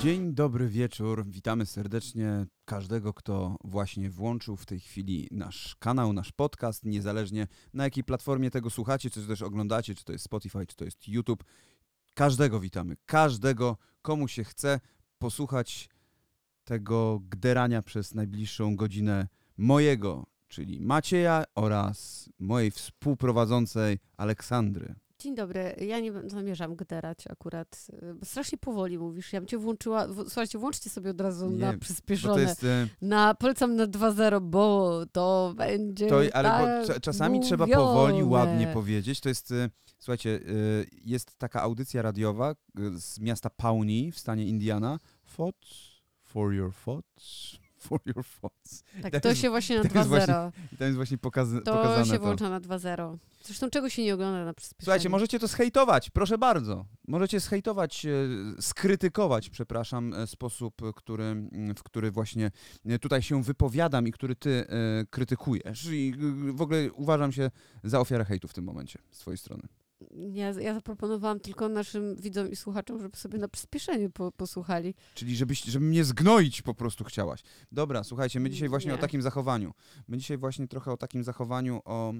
Dzień dobry wieczór, witamy serdecznie każdego, kto właśnie włączył w tej chwili nasz kanał, nasz podcast, niezależnie na jakiej platformie tego słuchacie, czy też oglądacie, czy to jest Spotify, czy to jest YouTube. Każdego witamy, każdego, komu się chce posłuchać tego gderania przez najbliższą godzinę mojego, czyli Macieja oraz mojej współprowadzącej Aleksandry. Dzień dobry, ja nie zamierzam gderać akurat, bo strasznie powoli mówisz, ja bym cię włączyła, słuchajcie, włączcie sobie od razu na przyspieszone, polecam na 2.0, bo to będzie czasami trzeba powoli, ładnie powiedzieć, to jest, słuchajcie, jest taka audycja radiowa z miasta Pawnee w stanie Indiana, Thoughts for your thoughts. For your thoughts. Tak, to się właśnie na 2.0. To jest właśnie pokazane. To się włącza na 2.0. Zresztą czego się nie ogląda na przyspieszeniu. Słuchajcie, możecie to zhejtować, proszę bardzo. Możecie zhejtować, skrytykować, przepraszam, sposób, w który właśnie tutaj się wypowiadam i który ty krytykujesz. I w ogóle uważam się za ofiarę hejtu w tym momencie z twojej strony. Ja zaproponowałam tylko naszym widzom i słuchaczom, żeby sobie na przyspieszeniu posłuchali. Czyli żeby mnie zgnoić po prostu chciałaś. Dobra, słuchajcie, my dzisiaj właśnie o takim zachowaniu. My dzisiaj właśnie trochę o takim zachowaniu,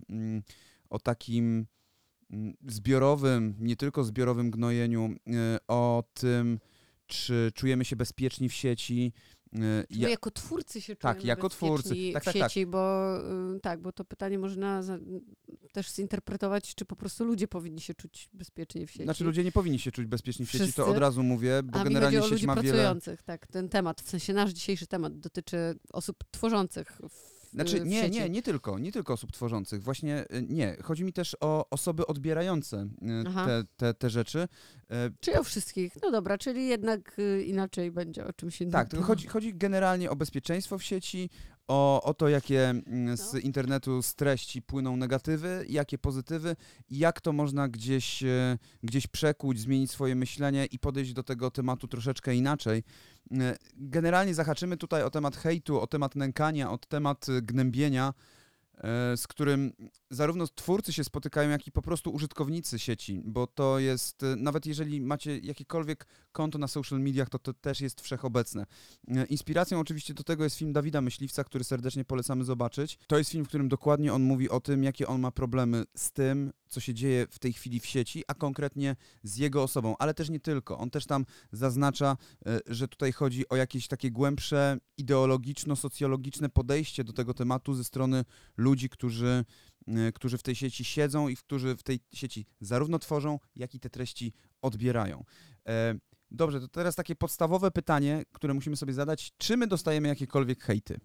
o takim zbiorowym, nie tylko zbiorowym gnojeniu, o tym, czy czujemy się bezpieczni w sieci. Jako twórcy się czujemy jako twórcy. w sieci, bo to pytanie można też zinterpretować, czy po prostu ludzie powinni się czuć bezpiecznie w sieci. Znaczy ludzie nie powinni się czuć bezpiecznie w sieci, Wszyscy? To od razu mówię, bo generalnie sieć sieć ma wiele... pracujących, tak, ten temat, w sensie nasz dzisiejszy temat dotyczy osób tworzących w sieci. Nie tylko osób tworzących. Właśnie nie. Chodzi mi też o osoby odbierające te rzeczy. Czyli o wszystkich. No dobra, czyli jednak inaczej będzie o czymś innym. Tak, tylko chodzi generalnie o bezpieczeństwo w sieci, o to, jakie z internetu z treści płyną negatywy, jakie pozytywy i jak to można gdzieś przekuć, zmienić swoje myślenie i podejść do tego tematu troszeczkę inaczej. Generalnie zahaczymy tutaj o temat hejtu, o temat nękania, o temat gnębienia, z którym zarówno twórcy się spotykają, jak i po prostu użytkownicy sieci, bo to jest, nawet jeżeli macie jakiekolwiek konto na social mediach, to też jest wszechobecne. Inspiracją oczywiście do tego jest film Dawida Myśliwca, który serdecznie polecamy zobaczyć. To jest film, w którym dokładnie on mówi o tym, jakie on ma problemy z tym, co się dzieje w tej chwili w sieci, a konkretnie z jego osobą, ale też nie tylko. On też tam zaznacza, że tutaj chodzi o jakieś takie głębsze, ideologiczno-socjologiczne podejście do tego tematu ze strony ludzi, którzy w tej sieci siedzą i którzy w tej sieci zarówno tworzą, jak i te treści odbierają. Dobrze, to teraz takie podstawowe pytanie, które musimy sobie zadać. Czy my dostajemy jakiekolwiek hejty?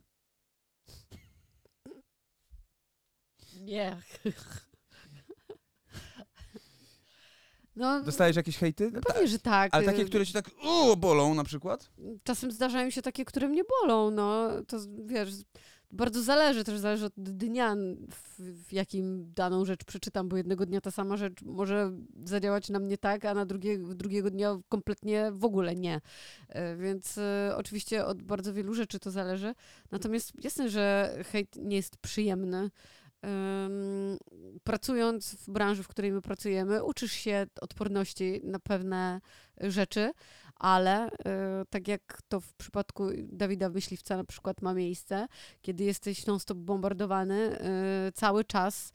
Nie. No, dostajesz jakieś hejty? No pewnie, że tak. Ale takie, które ci tak bolą na przykład? Czasem zdarzają się takie, które mnie bolą, no. To wiesz, bardzo zależy od dnia, w jakim daną rzecz przeczytam, bo jednego dnia ta sama rzecz może zadziałać na mnie tak, a drugiego dnia kompletnie w ogóle nie. Więc oczywiście od bardzo wielu rzeczy to zależy. Natomiast jasne, że hejt nie jest przyjemny. Pracując w branży, w której my pracujemy, uczysz się odporności na pewne rzeczy, ale tak jak to w przypadku Dawida Myśliwca na przykład ma miejsce, kiedy jesteś non-stop bombardowany cały czas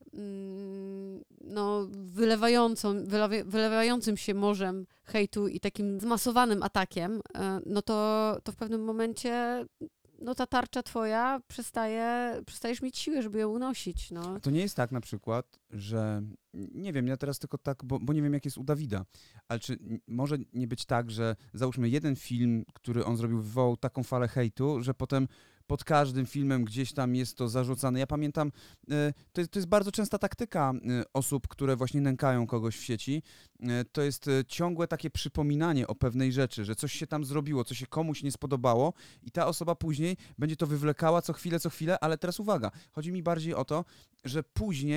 wylewającym się morzem hejtu i takim zmasowanym atakiem, no to w pewnym momencie ta tarcza twoja przestajesz mieć siłę, żeby ją unosić. No. A to nie jest tak na przykład, że nie wiem, ja teraz tylko tak, bo nie wiem, jak jest u Dawida, ale czy może nie być tak, że załóżmy jeden film, który on zrobił, wywołał taką falę hejtu, że potem pod każdym filmem gdzieś tam jest to zarzucane. Ja pamiętam, to jest bardzo częsta taktyka osób, które właśnie nękają kogoś w sieci. To jest ciągłe takie przypominanie o pewnej rzeczy, że coś się tam zrobiło, co się komuś nie spodobało i ta osoba później będzie to wywlekała co chwilę, ale teraz uwaga, chodzi mi bardziej o to, że później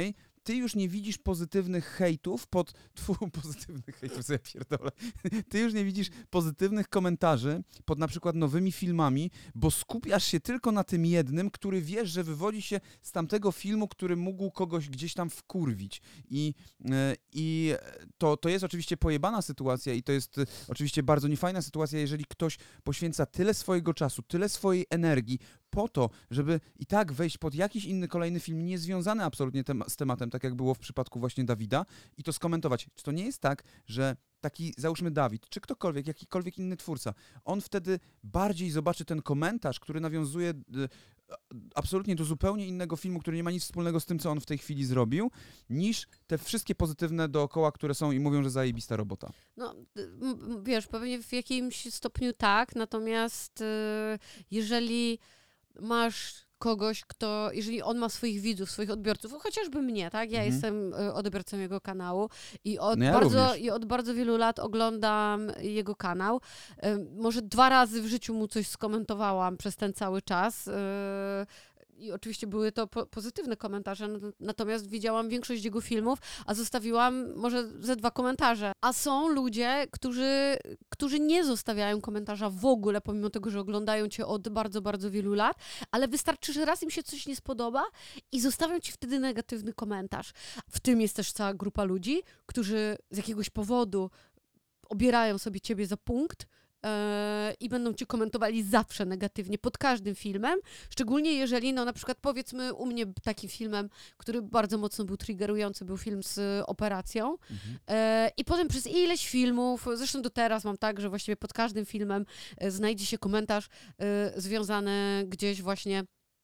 ty już nie widzisz pozytywnych hejtów pozytywnych hejtów, sobie pierdolę. Ty już nie widzisz pozytywnych komentarzy pod na przykład nowymi filmami, bo skupiasz się tylko na tym jednym, który wiesz, że wywodzi się z tamtego filmu, który mógł kogoś gdzieś tam wkurwić. I to jest oczywiście pojebana sytuacja i to jest oczywiście bardzo niefajna sytuacja, jeżeli ktoś poświęca tyle swojego czasu, tyle swojej energii po to, żeby i tak wejść pod jakiś inny kolejny film niezwiązany absolutnie z tematem, tak jak było w przypadku właśnie Dawida i to skomentować. Czy to nie jest tak, że taki, załóżmy Dawid, czy ktokolwiek, jakikolwiek inny twórca, on wtedy bardziej zobaczy ten komentarz, który nawiązuje absolutnie do zupełnie innego filmu, który nie ma nic wspólnego z tym, co on w tej chwili zrobił, niż te wszystkie pozytywne dookoła, które są i mówią, że zajebista robota. No, wiesz, pewnie w jakimś stopniu tak, natomiast jeżeli masz kogoś, jeżeli on ma swoich widzów, swoich odbiorców, chociażby mnie, tak? Ja jestem odbiorcą jego kanału i od bardzo wielu lat oglądam jego kanał. Może 2 razy w życiu mu coś skomentowałam przez ten cały czas. I oczywiście były to pozytywne komentarze, natomiast widziałam większość jego filmów, a zostawiłam może ze 2 komentarze. A są ludzie, którzy nie zostawiają komentarza w ogóle, pomimo tego, że oglądają cię od bardzo, bardzo wielu lat, ale wystarczy, że raz im się coś nie spodoba i zostawią ci wtedy negatywny komentarz. W tym jest też cała grupa ludzi, którzy z jakiegoś powodu obierają sobie ciebie za punkt, i będą cię komentowali zawsze negatywnie pod każdym filmem, szczególnie jeżeli, no na przykład powiedzmy u mnie takim filmem, który bardzo mocno był triggerujący, był film z operacją i potem przez ileś filmów, zresztą do teraz mam tak, że właściwie pod każdym filmem znajdzie się komentarz związany gdzieś właśnie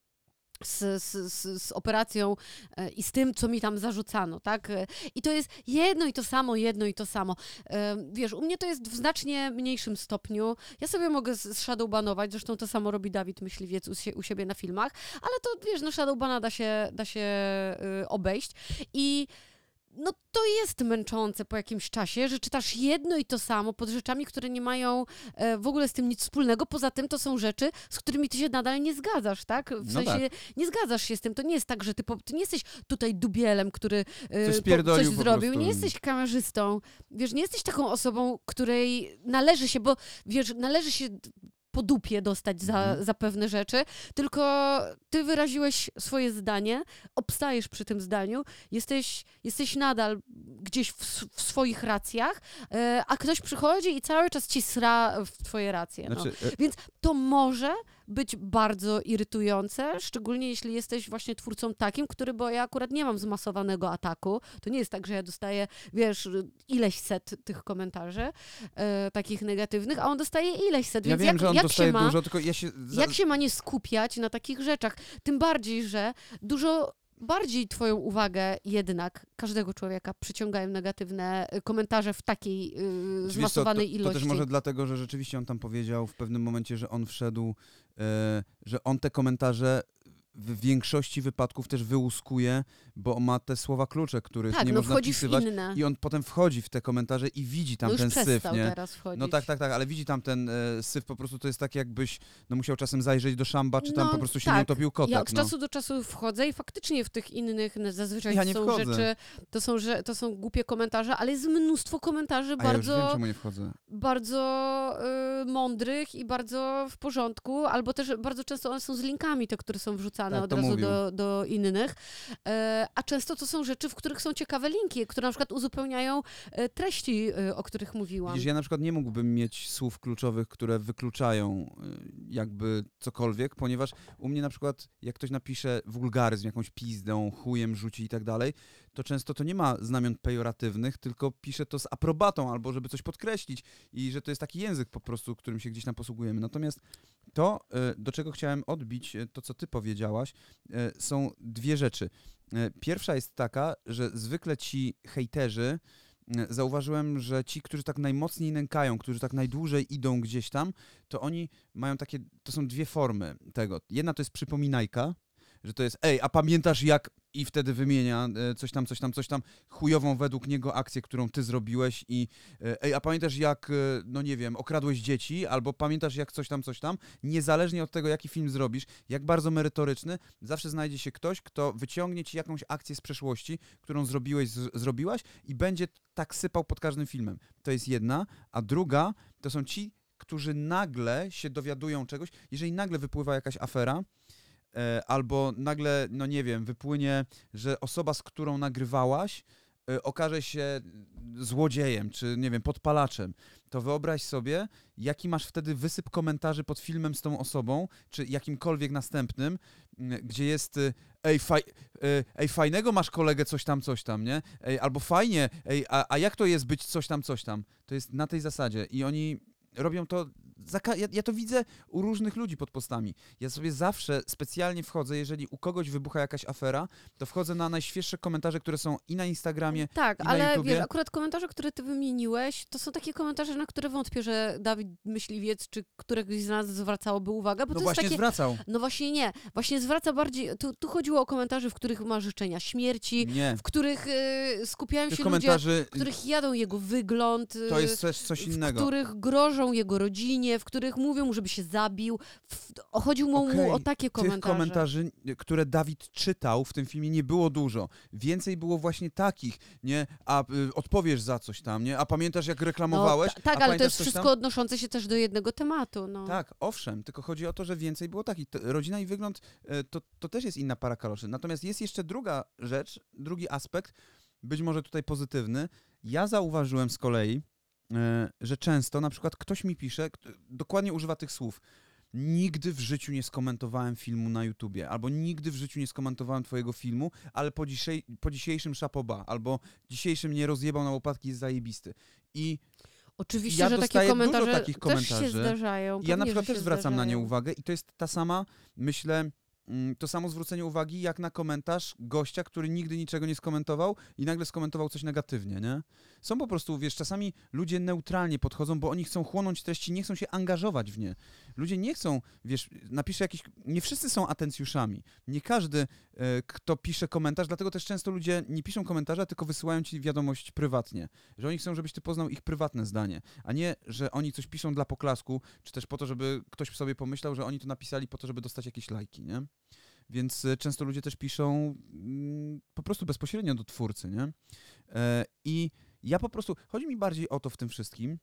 z operacją i z tym, co mi tam zarzucano, tak? I to jest jedno i to samo. Wiesz, u mnie to jest w znacznie mniejszym stopniu. Ja sobie mogę shadowbanować, zresztą to samo robi Dawid Myśliwiec u siebie na filmach, ale to, wiesz, no shadowbana da się obejść i no to jest męczące po jakimś czasie, że czytasz jedno i to samo pod rzeczami, które nie mają w ogóle z tym nic wspólnego. Poza tym to są rzeczy, z którymi ty się nadal nie zgadzasz, tak? W sensie nie zgadzasz się z tym. To nie jest tak, że ty nie jesteś tutaj dubielem, który coś zrobił. Nie jesteś kamerzystą. Wiesz, nie jesteś taką osobą, której należy się, bo wiesz, należy się po dupie dostać za pewne rzeczy, tylko ty wyraziłeś swoje zdanie, obstajesz przy tym zdaniu, jesteś nadal gdzieś w swoich racjach, a ktoś przychodzi i cały czas ci sra w twoje racje. No. Więc to może być bardzo irytujące, szczególnie jeśli jesteś właśnie twórcą takim, bo ja akurat nie mam zmasowanego ataku. To nie jest tak, że ja dostaję, wiesz, ileś set tych komentarzy takich negatywnych, a on dostaje ileś set. Ja więc wiem, że on dostaje dużo, tylko ja się... Jak się ma nie skupiać na takich rzeczach? Tym bardziej, że dużo bardziej twoją uwagę jednak każdego człowieka przyciągają negatywne komentarze w takiej zmasowanej ilości. To też może dlatego, że rzeczywiście on tam powiedział w pewnym momencie, że on wszedł, że on te komentarze w większości wypadków też wyłuskuje, bo ma te słowa klucze, których nie można wpisywać i on potem wchodzi w te komentarze i widzi tam ten syf, nie? Teraz wchodzić. No tak, ale widzi tam ten syf, po prostu to jest tak, jakbyś musiał czasem zajrzeć do szamba, czy tam po prostu się nie utopił kotek. Ja od czasu do czasu wchodzę i faktycznie w tych innych zazwyczaj są rzeczy, to są głupie komentarze, ale jest mnóstwo komentarzy bardzo, ja już wiem, czemu nie wchodzę. Bardzo mądrych i bardzo w porządku, albo też bardzo często one są z linkami, te, które są wrzucane od razu do innych. A często to są rzeczy, w których są ciekawe linki, które na przykład uzupełniają treści, o których mówiłam. Widzisz, ja na przykład nie mógłbym mieć słów kluczowych, które wykluczają jakby cokolwiek, ponieważ u mnie na przykład, jak ktoś napisze wulgaryzm, jakąś pizdę, chujem rzuci i tak dalej, to często to nie ma znamion pejoratywnych, tylko pisze to z aprobatą, albo żeby coś podkreślić i że to jest taki język po prostu, którym się gdzieś tam posługujemy. Natomiast to, do czego chciałem odbić, to co ty powiedziałaś, są 2 rzeczy. Pierwsza jest taka, że zwykle ci hejterzy, zauważyłem, że ci, którzy tak najmocniej nękają, którzy tak najdłużej idą gdzieś tam, to oni mają to są 2 formy tego. Jedna to jest przypominajka, że to jest, a pamiętasz jak i wtedy wymienia coś tam, chujową według niego akcję, którą ty zrobiłeś i a pamiętasz jak, no nie wiem, okradłeś dzieci, albo pamiętasz jak coś tam, niezależnie od tego, jaki film zrobisz, jak bardzo merytoryczny, zawsze znajdzie się ktoś, kto wyciągnie ci jakąś akcję z przeszłości, którą zrobiłaś i będzie tak sypał pod każdym filmem. To jest jedna, a druga to są ci, którzy nagle się dowiadują czegoś, jeżeli nagle wypływa jakaś afera, albo nagle, no nie wiem, wypłynie, że osoba, z którą nagrywałaś, okaże się złodziejem, czy nie wiem, podpalaczem, to wyobraź sobie, jaki masz wtedy wysyp komentarzy pod filmem z tą osobą, czy jakimkolwiek następnym, gdzie jest fajnego masz kolegę coś tam, nie? Albo fajnie, a jak to jest być coś tam? To jest na tej zasadzie i oni robią to, ja to widzę u różnych ludzi pod postami. Ja sobie zawsze specjalnie wchodzę, jeżeli u kogoś wybucha jakaś afera, to wchodzę na najświeższe komentarze, które są i na Instagramie, tak, i na ale YouTubie. wiesz, akurat komentarze, które ty wymieniłeś, to są takie komentarze, na które wątpię, że Dawid Myśliwiec, czy któregoś z nas zwracałoby uwagę, bo No to właśnie jest takie... zwracał. No właśnie nie. Właśnie zwraca bardziej... Tu chodziło o komentarze, w których ma życzenia śmierci, Nie. w których skupiają Tych się komentarzy, ludzie, w których jadą jego wygląd, to jest też coś innego. w których grożą jego rodzinie, w których mówią mu, żeby się zabił. Chodziło mu o takie komentarze. Tych komentarzy, które Dawid czytał w tym filmie, nie było dużo. Więcej było właśnie takich, nie? A odpowiesz za coś tam, nie? A pamiętasz, jak reklamowałeś? No, tak, a ale to jest coś wszystko tam? odnoszące się też do jednego tematu. No. Tak, owszem, tylko chodzi o to, że więcej było takich. Rodzina i wygląd to też jest inna para kaloszy. Natomiast jest jeszcze druga rzecz, drugi aspekt, być może tutaj pozytywny. Ja zauważyłem z kolei, że często na przykład ktoś mi pisze, dokładnie używa tych słów: nigdy w życiu nie skomentowałem filmu na YouTubie, albo nigdy w życiu nie skomentowałem twojego filmu, ale po dzisiejszym szapoba, albo dzisiejszym nie rozjebał na łopatki, jest zajebisty. I oczywiście, ja że takie dostaję dużo komentarze takich komentarzy. też się zdarzają. Ja na Pewnie, przykład że też się zwracam na nie zdarzają. uwagę i to jest ta sama, myślę, to samo zwrócenie uwagi jak na komentarz gościa, który nigdy niczego nie skomentował i nagle skomentował coś negatywnie, nie? Są po prostu, wiesz, czasami ludzie neutralnie podchodzą, bo oni chcą chłonąć treści, nie chcą się angażować w nie. Ludzie nie chcą, wiesz, napisze jakiś... Nie wszyscy są atencjuszami. Nie każdy, kto pisze komentarz, dlatego też często ludzie nie piszą komentarza, tylko wysyłają ci wiadomość prywatnie. Że oni chcą, żebyś ty poznał ich prywatne zdanie, a nie, że oni coś piszą dla poklasku, czy też po to, żeby ktoś sobie pomyślał, że oni to napisali po to, żeby dostać jakieś lajki, nie? Więc często ludzie też piszą po prostu bezpośrednio do twórcy, nie? I ja po prostu, chodzi mi bardziej o to w tym wszystkim,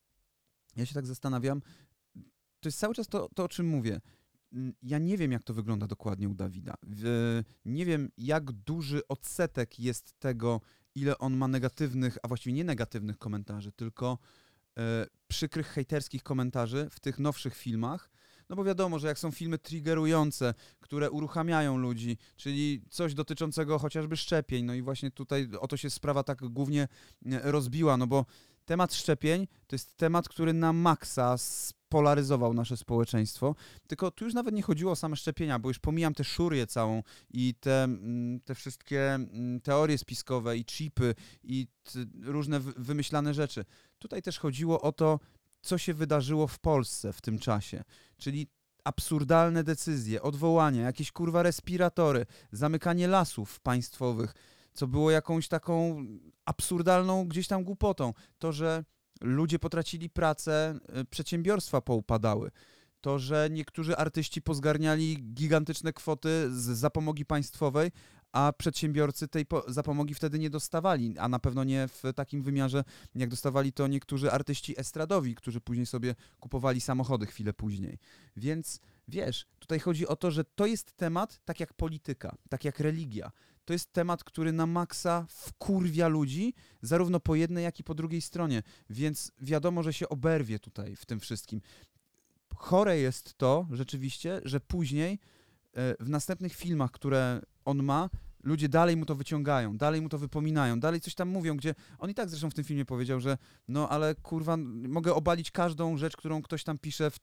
ja się tak zastanawiam, to jest cały czas to o czym mówię. Ja nie wiem, jak to wygląda dokładnie u Dawida. Nie wiem, jak duży odsetek jest tego, ile on ma negatywnych, a właściwie nie negatywnych komentarzy, tylko przykrych hejterskich komentarzy w tych nowszych filmach. No bo wiadomo, że jak są filmy triggerujące, które uruchamiają ludzi, czyli coś dotyczącego chociażby szczepień, no i właśnie tutaj o to się sprawa tak głównie rozbiła, no bo temat szczepień to jest temat, który na maksa spolaryzował nasze społeczeństwo, tylko tu już nawet nie chodziło o same szczepienia, bo już pomijam tę szurię całą i te wszystkie teorie spiskowe i chipy i różne wymyślane rzeczy. Tutaj też chodziło o to, co się wydarzyło w Polsce w tym czasie, czyli absurdalne decyzje, odwołania, jakieś kurwa respiratory, zamykanie lasów państwowych, co było jakąś taką absurdalną gdzieś tam głupotą. To, że ludzie potracili pracę, przedsiębiorstwa poupadały. To, że niektórzy artyści pozgarniali gigantyczne kwoty z zapomogi państwowej, a przedsiębiorcy tej zapomogi wtedy nie dostawali, a na pewno nie w takim wymiarze, jak dostawali to niektórzy artyści estradowi, którzy później sobie kupowali samochody chwilę później. Więc wiesz, tutaj chodzi o to, że to jest temat tak jak polityka, tak jak religia. To jest temat, który na maksa wkurwia ludzi, zarówno po jednej, jak i po drugiej stronie. Więc wiadomo, że się oberwie tutaj w tym wszystkim. Chore jest to rzeczywiście, że później w następnych filmach, które on ma, ludzie dalej mu to wyciągają, dalej mu to wypominają, dalej coś tam mówią, gdzie on i tak zresztą w tym filmie powiedział, że no ale kurwa, mogę obalić każdą rzecz, którą ktoś tam pisze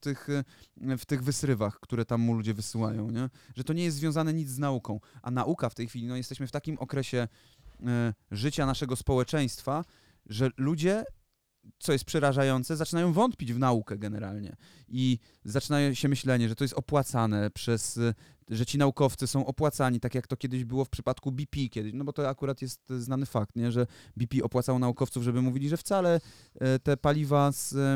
w tych wysrywach, które tam mu ludzie wysyłają, nie? Że to nie jest związane nic z nauką, a nauka w tej chwili, no jesteśmy w takim okresie życia naszego społeczeństwa, że ludzie co jest przerażające, zaczynają wątpić w naukę generalnie i zaczynają się myślenie, że to jest opłacane że ci naukowcy są opłacani, tak jak to kiedyś było w przypadku BP kiedyś, no bo to akurat jest znany fakt, nie, że BP opłacało naukowców, żeby mówili, że wcale te paliwa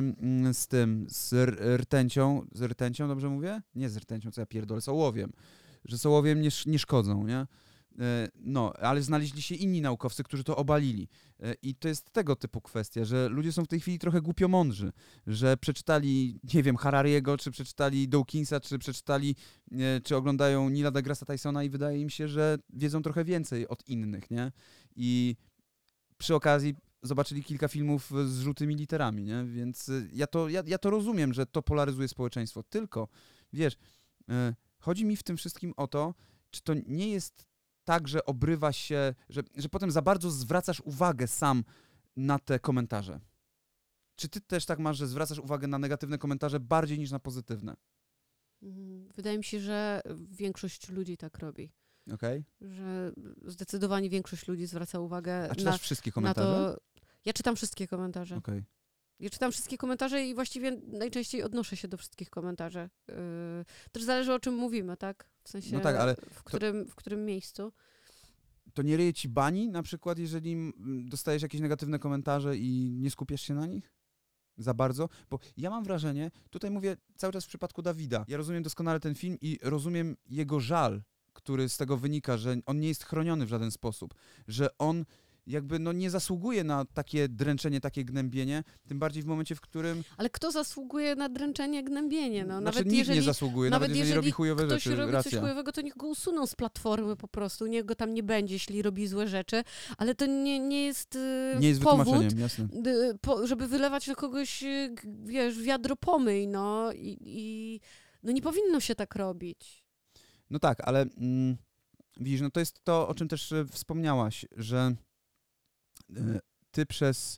z rtęcią, dobrze mówię? Nie z rtęcią, co ja pierdolę, z ołowiem, że z ołowiem nie szkodzą, nie? No, ale znaleźli się inni naukowcy, którzy to obalili. I to jest tego typu kwestia, że ludzie są w tej chwili trochę głupiomądrzy, że przeczytali, nie wiem, Harariego, czy przeczytali Dawkinsa, czy oglądają Neila deGrasse Tysona i wydaje im się, że wiedzą trochę więcej od innych, nie? I przy okazji zobaczyli kilka filmów z żółtymi literami, nie? Więc ja to rozumiem, że to polaryzuje społeczeństwo. Tylko, wiesz, chodzi mi w tym wszystkim o to, czy to nie jest tak, że obrywa się, że potem za bardzo zwracasz uwagę sam na te komentarze. Czy ty też tak masz, że zwracasz uwagę na negatywne komentarze bardziej niż na pozytywne? Wydaje mi się, że większość ludzi tak robi. Okej. Że zdecydowanie większość ludzi zwraca uwagę A czytasz wszystkie komentarze? na to. Ja czytam wszystkie komentarze. Okej. Ja czytam wszystkie komentarze i właściwie najczęściej odnoszę się do wszystkich komentarzy. Też zależy, o czym mówimy, tak? W sensie, No tak, ale w którym miejscu. To nie ryje ci bani, na przykład, jeżeli dostajesz jakieś negatywne komentarze i nie skupiasz się na nich? Za bardzo? Bo ja mam wrażenie, tutaj mówię cały czas w przypadku Dawida, ja rozumiem doskonale ten film i rozumiem jego żal, który z tego wynika, że on nie jest chroniony w żaden sposób, że on jakby nie zasługuje na takie dręczenie, takie gnębienie, tym bardziej w momencie, w którym... Ale kto zasługuje na dręczenie, gnębienie? No, znaczy, nikt nie zasługuje, nawet jeżeli robi chujowe ktoś rzeczy. robi Racja. coś chujowego, to niech go usuną z platformy po prostu, niech go tam nie będzie, jeśli robi złe rzeczy, ale to nie jest nie jest powód, wytłumaczeniem, jasne. żeby wylewać na kogoś, wiesz, wiadro pomyj, no i nie powinno się tak robić. No tak, ale widzisz, to jest to, o czym też wspomniałaś, że ty przez...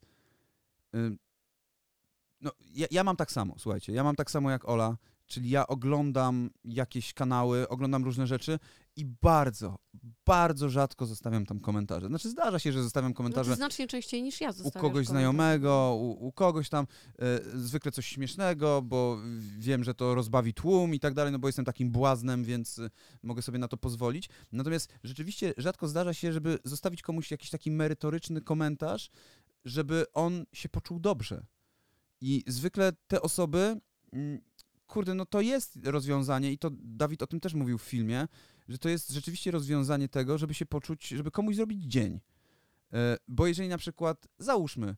Ja mam tak samo, słuchajcie, ja mam tak samo jak Ola, czyli ja oglądam jakieś kanały, oglądam różne rzeczy i bardzo, bardzo rzadko zostawiam tam komentarze. Znaczy zdarza się, że zostawiam komentarze No znacznie częściej niż ja zostawiam. u kogoś znajomego, u kogoś tam, zwykle coś śmiesznego, bo wiem, że to rozbawi tłum i tak dalej, no bo jestem takim błaznem, więc mogę sobie na to pozwolić. Natomiast rzeczywiście rzadko zdarza się, żeby zostawić komuś jakiś taki merytoryczny komentarz, żeby on się poczuł dobrze. I zwykle te osoby, kurde, to jest rozwiązanie i to Dawid o tym też mówił w filmie, że to jest rzeczywiście rozwiązanie tego, żeby się poczuć, żeby komuś zrobić dzień. Bo jeżeli na przykład, załóżmy,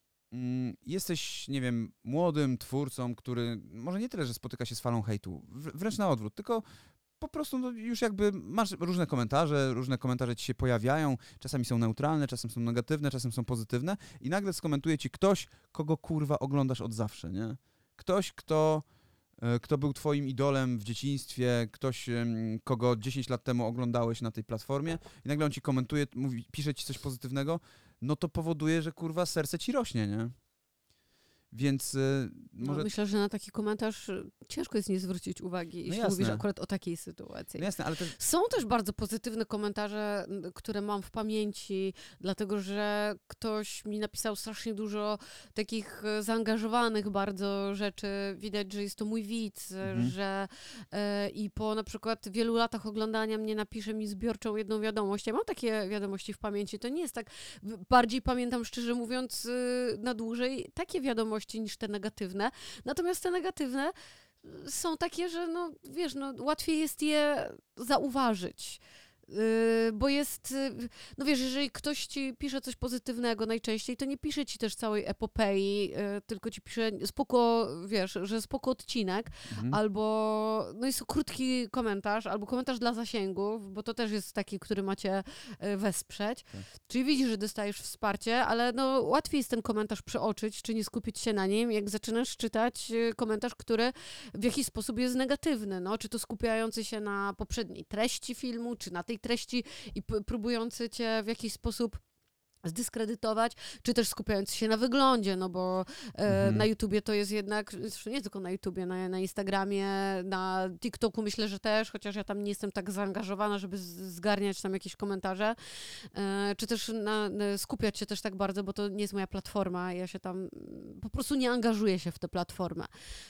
jesteś, nie wiem, młodym twórcą, który może nie tyle, że spotyka się z falą hejtu, wręcz na odwrót, tylko po prostu już jakby masz różne komentarze ci się pojawiają, czasami są neutralne, czasem są negatywne, czasem są pozytywne i nagle skomentuje ci ktoś, kogo kurwa oglądasz od zawsze, nie? Ktoś, kto był twoim idolem w dzieciństwie, ktoś, kogo 10 lat temu oglądałeś na tej platformie i nagle on ci komentuje, pisze ci coś pozytywnego, no to powoduje, że kurwa serce ci rośnie, nie? Więc może... myślę, że na taki komentarz ciężko jest nie zwrócić uwagi, jeśli mówisz akurat o takiej sytuacji. No jasne, ale też... Są też bardzo pozytywne komentarze, które mam w pamięci, dlatego że ktoś mi napisał strasznie dużo takich zaangażowanych bardzo rzeczy. Widać, że jest to mój widz, że i po na przykład wielu latach oglądania mnie napisze mi zbiorczą jedną wiadomość. Ja mam takie wiadomości w pamięci. To nie jest tak... Bardziej pamiętam, szczerze mówiąc, na dłużej takie wiadomości niż te negatywne. Natomiast te negatywne są takie, że łatwiej jest je zauważyć. Bo jest, wiesz, jeżeli ktoś ci pisze coś pozytywnego najczęściej, to nie pisze ci też całej epopei, tylko ci pisze spoko, wiesz, że spoko odcinek, albo jest to krótki komentarz, albo komentarz dla zasięgów, bo to też jest taki, który macie wesprzeć. Tak. Czyli widzisz, że dostajesz wsparcie, ale łatwiej jest ten komentarz przeoczyć, czy nie skupić się na nim, jak zaczynasz czytać komentarz, który w jakiś sposób jest negatywny, czy to skupiający się na poprzedniej treści filmu, czy na tej treści i próbujący cię w jakiś sposób zdyskredytować, czy też skupiając się na wyglądzie, no bo na YouTubie to jest jednak, zresztą nie tylko na YouTubie, na Instagramie, na TikToku myślę, że też, chociaż ja tam nie jestem tak zaangażowana, żeby zgarniać tam jakieś komentarze, czy też skupiać się też tak bardzo, bo to nie jest moja platforma, ja się tam po prostu nie angażuję się w tę platformę.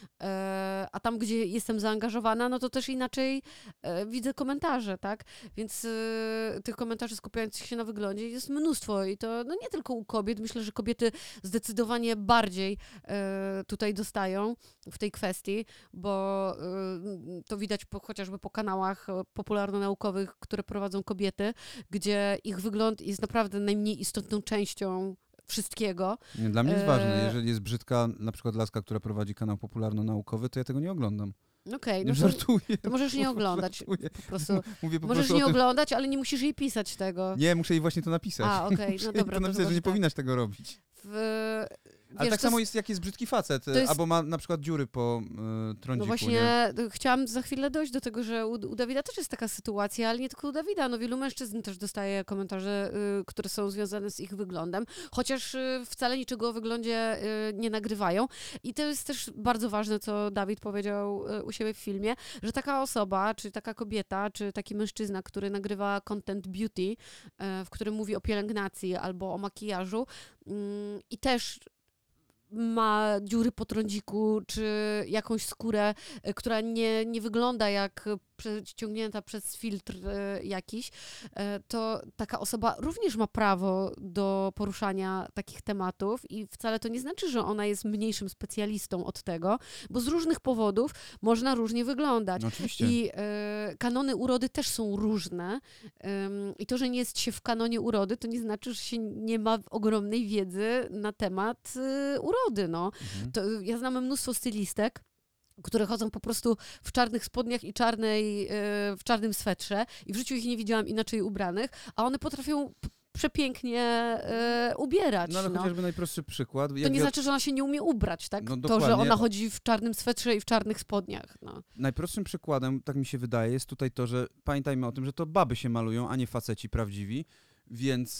A tam, gdzie jestem zaangażowana, no to też inaczej widzę komentarze, tak? Więc tych komentarzy skupiających się na wyglądzie jest mnóstwo i to no nie tylko u kobiet, myślę, że kobiety zdecydowanie bardziej tutaj dostają w tej kwestii, bo to widać chociażby po kanałach popularno-naukowych, które prowadzą kobiety, gdzie ich wygląd jest naprawdę najmniej istotną częścią wszystkiego. Nie, dla mnie jest ważne, jeżeli jest brzydka na przykład laska, która prowadzi kanał popularno-naukowy, to ja tego nie oglądam. Okej, Nie no żartuję. to możesz nie oglądać. Żartuję. Po prostu. Mówię po Możesz prostu nie o tym. oglądać, ale nie musisz jej pisać tego. Nie, muszę jej właśnie to napisać. A, okej, Muszę no jej dobra. to napisać, że nie powinnaś tego robić. Ale Wiesz, tak samo jest, jak jest brzydki facet, jest- albo ma na przykład dziury po trądziku, No właśnie, chciałam za chwilę dojść do tego, że u Dawida też jest taka sytuacja, ale nie tylko u Dawida. No wielu mężczyzn też dostaje komentarze, które są związane z ich wyglądem, chociaż wcale niczego o wyglądzie nie nagrywają. I to jest też bardzo ważne, co Dawid powiedział u siebie w filmie, że taka osoba, czy taka kobieta, czy taki mężczyzna, który nagrywa content beauty, w którym mówi o pielęgnacji albo o makijażu i też ma dziury po trądziku, czy jakąś skórę, która nie wygląda jak przeciągnięta przez filtr jakiś, to taka osoba również ma prawo do poruszania takich tematów i wcale to nie znaczy, że ona jest mniejszym specjalistą od tego, bo z różnych powodów można różnie wyglądać. No, oczywiście. I kanony urody też są różne i to, że nie jest się w kanonie urody, to nie znaczy, że się nie ma ogromnej wiedzy na temat urody, no. To, ja znam mnóstwo stylistek, które chodzą po prostu w czarnych spodniach i w czarnym swetrze i w życiu ich nie widziałam inaczej ubranych, a one potrafią przepięknie ubierać. No ale chociażby najprostszy przykład. To nie znaczy, że ona się nie umie ubrać, tak? No, to, że dokładnie. ona chodzi w czarnym swetrze i w czarnych spodniach. No. Najprostszym przykładem, tak mi się wydaje, jest tutaj to, że pamiętajmy o tym, że to baby się malują, a nie faceci prawdziwi, więc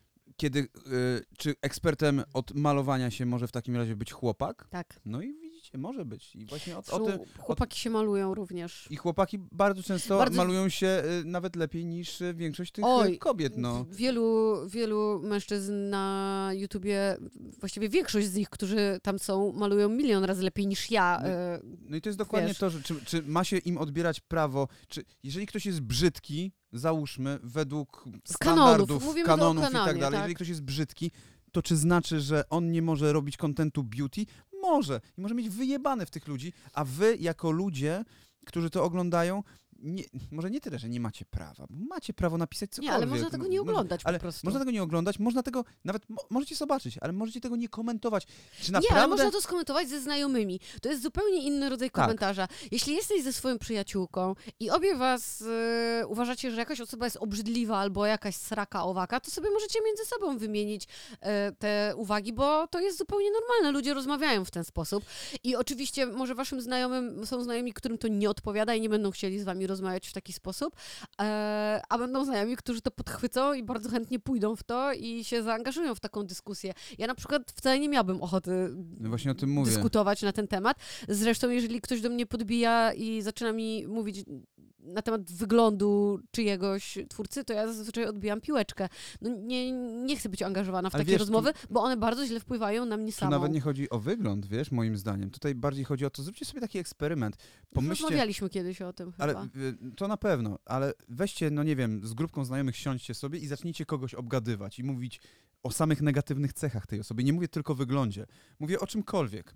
czy ekspertem od malowania się może w takim razie być chłopak? Tak. No i widzicie, może być. I właśnie Chłopaki się malują również. I chłopaki bardzo często malują się nawet lepiej niż większość tych kobiet. No. Wielu mężczyzn na YouTubie, właściwie większość z nich, którzy tam są, malują milion razy lepiej niż ja. No i to jest dokładnie to, że czy ma się im odbierać prawo, czy jeżeli ktoś jest brzydki, załóżmy według standardów, kanonów i tak dalej, tak? jeżeli ktoś jest brzydki, to czy znaczy, że on nie może robić contentu beauty? Może. I może mieć wyjebane w tych ludzi, a wy jako ludzie, którzy to oglądają, może nie tyle, że nie macie prawa, bo macie prawo napisać cokolwiek. Nie, ale można tego nie oglądać po prostu. Można tego nie oglądać, można tego, nawet możecie zobaczyć, ale możecie tego nie komentować. Czy naprawdę... Nie, ale można to skomentować ze znajomymi. To jest zupełnie inny rodzaj komentarza. Jeśli jesteś ze swoją przyjaciółką i obie was uważacie, że jakaś osoba jest obrzydliwa albo jakaś sraka, owaka, to sobie możecie między sobą wymienić te uwagi, bo to jest zupełnie normalne. Ludzie rozmawiają w ten sposób. I oczywiście może waszym znajomym są znajomi, którym to nie odpowiada i nie będą chcieli z wami rozmawiać w taki sposób, a będą znajomi, którzy to podchwycą i bardzo chętnie pójdą w to i się zaangażują w taką dyskusję. Ja na przykład wcale nie miałabym ochoty właśnie o tym mówię. Dyskutować na ten temat. Zresztą jeżeli ktoś do mnie podbija i zaczyna mi mówić na temat wyglądu czyjegoś twórcy, to ja zazwyczaj odbijam piłeczkę. No nie chcę być angażowana w takie rozmowy, bo one bardzo źle wpływają na mnie samą. Tu nawet nie chodzi o wygląd, wiesz, moim zdaniem. Tutaj bardziej chodzi o to, zróbcie sobie taki eksperyment. Rozmawialiśmy kiedyś o tym chyba. Ale to na pewno, ale weźcie, no nie wiem, z grupką znajomych siądźcie sobie i zacznijcie kogoś obgadywać i mówić o samych negatywnych cechach tej osoby. Nie mówię tylko o wyglądzie, mówię o czymkolwiek.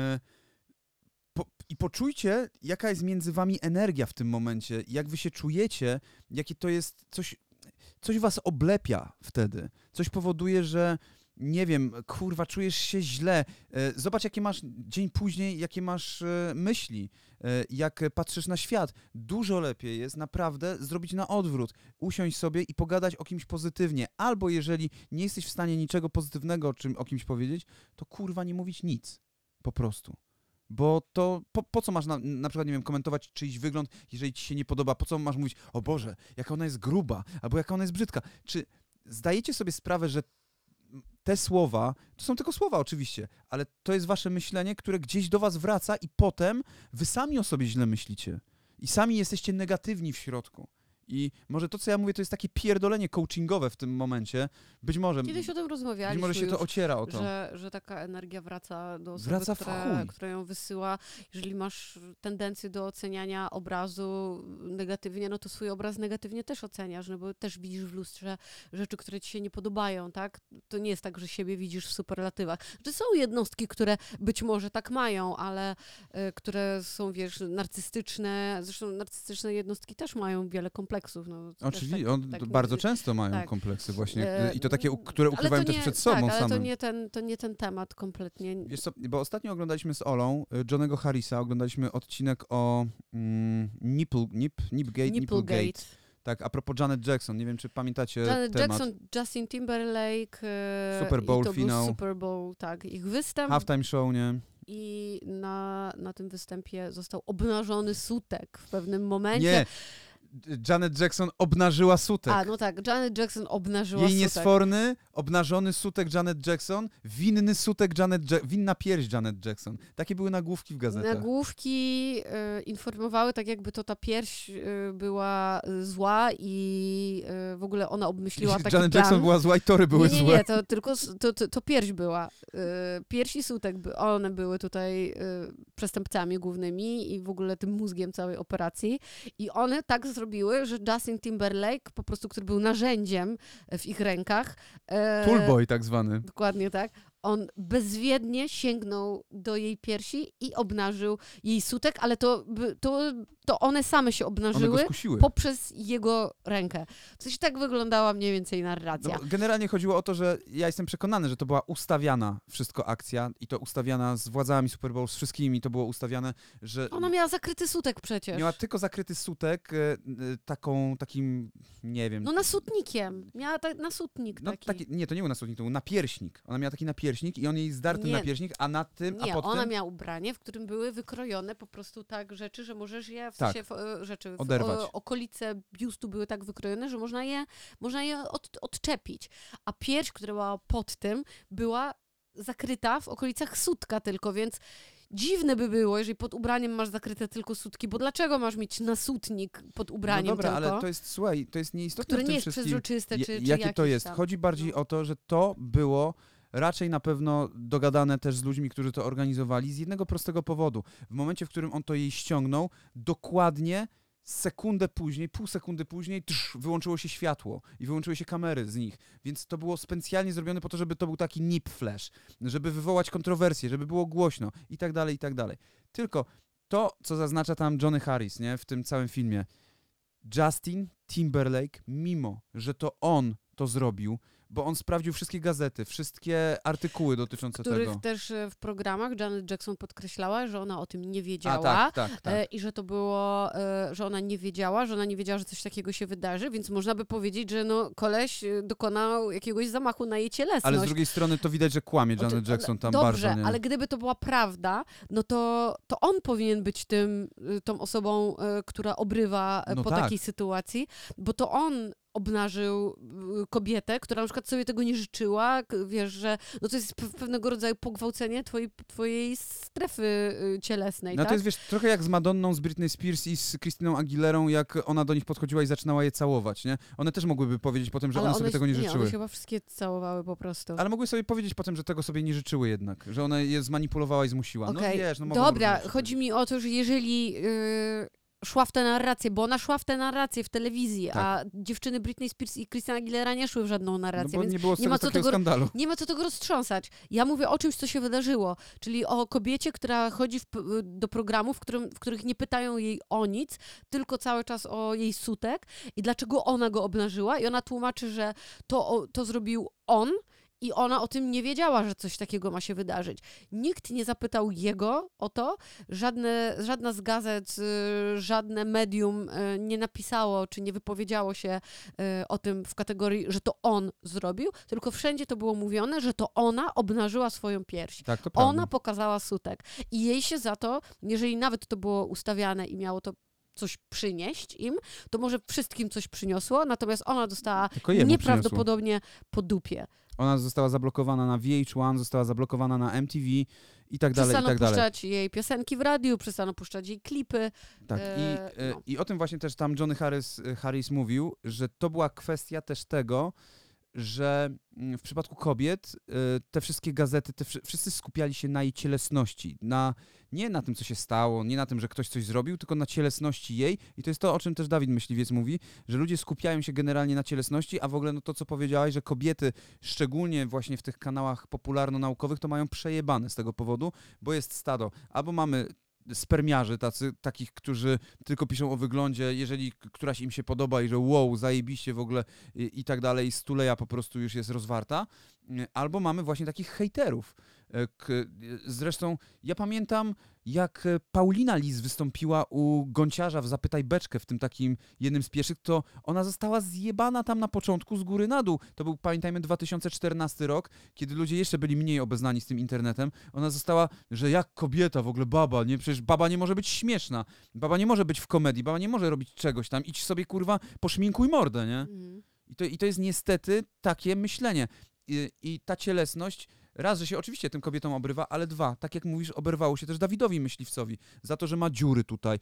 I poczujcie, jaka jest między wami energia w tym momencie, jak wy się czujecie, jakie to jest coś was oblepia wtedy. Coś powoduje, że nie wiem, kurwa, czujesz się źle. Zobacz, jakie masz dzień później, jakie masz myśli, jak patrzysz na świat. Dużo lepiej jest naprawdę zrobić na odwrót. Usiąść sobie i pogadać o kimś pozytywnie. Albo jeżeli nie jesteś w stanie niczego pozytywnego o kimś powiedzieć, to kurwa nie mówić nic. Po prostu. Bo to po co masz na przykład, nie wiem, komentować czyjś wygląd, jeżeli ci się nie podoba? Po co masz mówić, o Boże, jaka ona jest gruba, albo jaka ona jest brzydka? Czy zdajecie sobie sprawę, że te słowa, to są tylko słowa oczywiście, ale to jest wasze myślenie, które gdzieś do was wraca i potem wy sami o sobie źle myślicie. I sami jesteście negatywni w środku. I może to, co ja mówię, to jest takie pierdolenie coachingowe w tym momencie. Być może... Kiedyś o tym rozmawialiśmy. Być może się to ociera o to. Że taka energia wraca do osoby, Wraca w chuj. która ją wysyła. Jeżeli masz tendencję do oceniania obrazu negatywnie, no to swój obraz negatywnie też oceniasz, no bo też widzisz w lustrze rzeczy, które ci się nie podobają, tak? To nie jest tak, że siebie widzisz w superlatywach. Że są jednostki, które być może tak mają, ale które są, wiesz, narcystyczne. Zresztą narcystyczne jednostki też mają wiele kompleksów. No, oczywiście, tak bardzo często mają tak. kompleksy właśnie i to takie, które ukrywają też przed sobą tak, ale samym. to nie ten temat kompletnie. Wiesz co, bo ostatnio oglądaliśmy z Olą Johnnego Harrisa, oglądaliśmy odcinek o Nipplegate. Tak, a propos Janet Jackson, nie wiem, czy pamiętacie Janet temat. Jackson, Justin Timberlake, Super Bowl i to finał. był Super Bowl, tak, ich występ. Halftime show, nie? I na tym występie został obnażony sutek w pewnym momencie. Nie, Janet Jackson obnażyła sutek. A, no tak, Janet Jackson obnażyła Jej sutek. niesforny, obnażony sutek Janet Jackson, winny sutek winna pierś Janet Jackson. Takie były nagłówki w gazetach. Nagłówki informowały tak, jakby to ta pierś była zła i w ogóle ona obmyśliła taki Janet plan. Jackson była zła i tory były złe. Nie, to tylko to pierś była. Pierś i sutek, one były tutaj przestępcami głównymi i w ogóle tym mózgiem całej operacji. I one tak zrobiły, że Justin Timberlake, po prostu, który był narzędziem w ich rękach. Toolboy tak zwany. Dokładnie tak. On bezwiednie sięgnął do jej piersi i obnażył jej sutek, ale to one same się obnażyły One go skusiły. poprzez jego rękę. Coś tak wyglądała mniej więcej narracja. No, generalnie chodziło o to, że ja jestem przekonany, że to była ustawiana wszystko akcja i to ustawiana z władzami Super Bowl, z wszystkimi to było ustawiane, że... Ona miała zakryty sutek przecież. Miała tylko zakryty sutek, takim, nie wiem... No nasutnikiem. Miała nasutnik taki. Nie, to nie był nasutnik, to był napierśnik. Ona miała taki napierśnik i on jej zdarł ten napierśnik, a nad tym, nie, a pod ona tym... miała ubranie, w którym były wykrojone po prostu tak rzeczy, że możesz je, w tak, sensie rzeczy, oderwać. Okolice biustu były tak wykrojone, że można je odczepić. A pierś, która była pod tym, była zakryta w okolicach sutka tylko, więc dziwne by było, jeżeli pod ubraniem masz zakryte tylko sutki, bo dlaczego masz mieć nasutnik pod ubraniem no dobra, tylko? Ale to jest, słuchaj, to jest nieistotne które w tym nie jest wszystkim. przezroczyste, czy jakie to jest? tam. Chodzi bardziej o to, że to było raczej na pewno dogadane też z ludźmi, którzy to organizowali z jednego prostego powodu. W momencie, w którym on to jej ściągnął, dokładnie sekundę później, pół sekundy później wyłączyło się światło i wyłączyły się kamery z nich. Więc to było specjalnie zrobione po to, żeby to był taki nip flash, żeby wywołać kontrowersje, żeby było głośno i tak dalej, i tak dalej. Tylko to, co zaznacza tam Johnny Harris, nie, w tym całym filmie, Justin Timberlake, mimo że to on to zrobił, bo on sprawdził wszystkie gazety, wszystkie artykuły dotyczące których tego. też w programach Janet Jackson podkreślała, że ona o tym nie wiedziała. A, tak. I że to było, że ona nie wiedziała, że coś takiego się wydarzy, więc można by powiedzieć, że no koleś dokonał jakiegoś zamachu na jej cielesność. Ale z drugiej strony to widać, że kłamie Janet Jackson tam dobrze, bardzo. Nie? Ale gdyby to była prawda, no to on powinien być tą osobą, która obrywa po takiej sytuacji, bo to on obnażył kobietę, która na przykład sobie tego nie życzyła, wiesz, że no to jest pewnego rodzaju pogwałcenie twojej strefy cielesnej, no tak? to jest, wiesz, trochę jak z Madonną, z Britney Spears i z Christiną Aguilerą, jak ona do nich podchodziła i zaczynała je całować, nie? One też mogłyby powiedzieć potem, że one sobie tego nie życzyły. Nie, one chyba wszystkie całowały po prostu. Ale mogły sobie powiedzieć potem, że tego sobie nie życzyły jednak, że ona je zmanipulowała i zmusiła. Okay. No wiesz, no dobra, chodzi mi o to, że jeżeli szła w tę narrację, bo ona szła w tę narrację w telewizji, tak. A dziewczyny Britney Spears i Christina Aguilera nie szły w żadną narrację, no bo więc nie było z takiego skandalu. Nie ma co tego roztrząsać. Ja mówię o czymś, co się wydarzyło, czyli o kobiecie, która chodzi do programów, w których nie pytają jej o nic, tylko cały czas o jej sutek i dlaczego ona go obnażyła i ona tłumaczy, że to zrobił on, i ona o tym nie wiedziała, że coś takiego ma się wydarzyć. Nikt nie zapytał jego o to, żadna z gazet, żadne medium nie napisało, czy nie wypowiedziało się o tym w kategorii, że to on zrobił, tylko wszędzie to było mówione, że to ona obnażyła swoją pierś. Tak, to prawda. Ona pokazała sutek. I jej się za to, jeżeli nawet to było ustawiane i miało to coś przynieść im, to może wszystkim coś przyniosło, natomiast ona dostała Tylko jemu nieprawdopodobnie po dupie. Ona została zablokowana na VH1, została zablokowana na MTV i tak dalej, i Przestano tak dalej. puszczać jej piosenki w radiu, przestano puszczać jej klipy. Tak, i o tym właśnie też tam Johnny Harris mówił, że to była kwestia też tego, że w przypadku kobiet te wszystkie gazety, wszyscy skupiali się na jej cielesności, nie na tym, co się stało, nie na tym, że ktoś coś zrobił, tylko na cielesności jej i to jest to, o czym też Dawid Myśliwiec mówi, że ludzie skupiają się generalnie na cielesności, a w ogóle no to, co powiedziałaś, że kobiety, szczególnie właśnie w tych kanałach popularno-naukowych, to mają przejebane z tego powodu, bo jest stado, albo mamy spermiarzy takich, którzy tylko piszą o wyglądzie, jeżeli któraś im się podoba i że wow, zajebiście w ogóle i tak dalej, stuleja po prostu już jest rozwarta, albo mamy właśnie takich hejterów. Zresztą ja pamiętam, jak Paulina Lis wystąpiła u Gonciarza w Zapytaj Beczkę w tym takim jednym z pierwszych, to ona została zjebana tam na początku z góry na dół. To był, pamiętajmy, 2014 rok, kiedy ludzie jeszcze byli mniej obeznani z tym internetem. Ona została, że jak kobieta, w ogóle baba, nie? Przecież baba nie może być śmieszna. Baba nie może być w komedii, baba nie może robić czegoś tam. Idź sobie, kurwa, poszminkuj mordę, nie? I to jest niestety takie myślenie. I ta cielesność, raz, że się oczywiście tym kobietom obrywa, ale dwa, tak jak mówisz, oberwało się też Dawidowi Myśliwcowi za to, że ma dziury tutaj,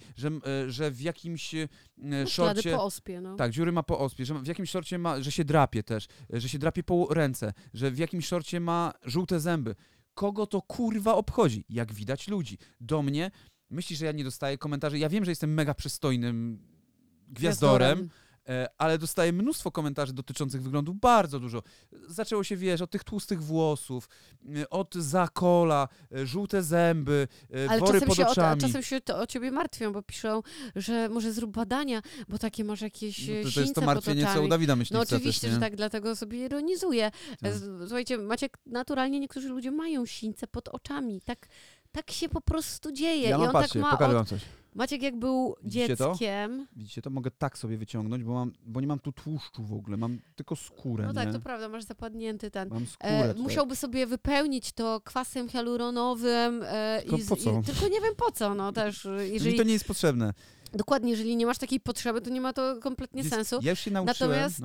że w jakimś szorcie... Ślady po ospie, no. Tak, dziury ma po ospie, że w jakimś szorcie ma, że się drapie też, że się drapie po ręce, że w jakimś szorcie ma żółte zęby. Kogo to kurwa obchodzi? Jak widać ludzi. Do mnie, myślisz, że ja nie dostaję komentarzy? Ja wiem, że jestem mega przystojnym gwiazdorem, ale dostaję mnóstwo komentarzy dotyczących wyglądu, bardzo dużo. Zaczęło się, wiesz, od tych tłustych włosów, od zakola, żółte zęby, ale wory pod oczami. Czasem się to o ciebie martwią, bo piszą, że może zrób badania, bo takie masz jakieś to sińce jest to martwienie, co u Dawida Myśliwca. No oczywiście, też, że tak, dlatego sobie ironizuję. Tak. Słuchajcie, naturalnie niektórzy ludzie mają sińce pod oczami. Tak się po prostu dzieje. Ja I mam, on patrzcie, tak ma pokażę wam coś. Maciek jak był Widzicie dzieckiem... Widzicie to? Mogę tak sobie wyciągnąć, bo nie mam tu tłuszczu w ogóle, mam tylko skórę, No tak, nie? to prawda, masz zapadnięty ten... Mam skórę musiałby sobie wypełnić to kwasem hialuronowym po co? tylko nie wiem po co, no też. Jeżeli, Mi to nie jest potrzebne. Dokładnie, jeżeli nie masz takiej potrzeby, to nie ma to kompletnie sensu. Ja już się nauczyłem. Natomiast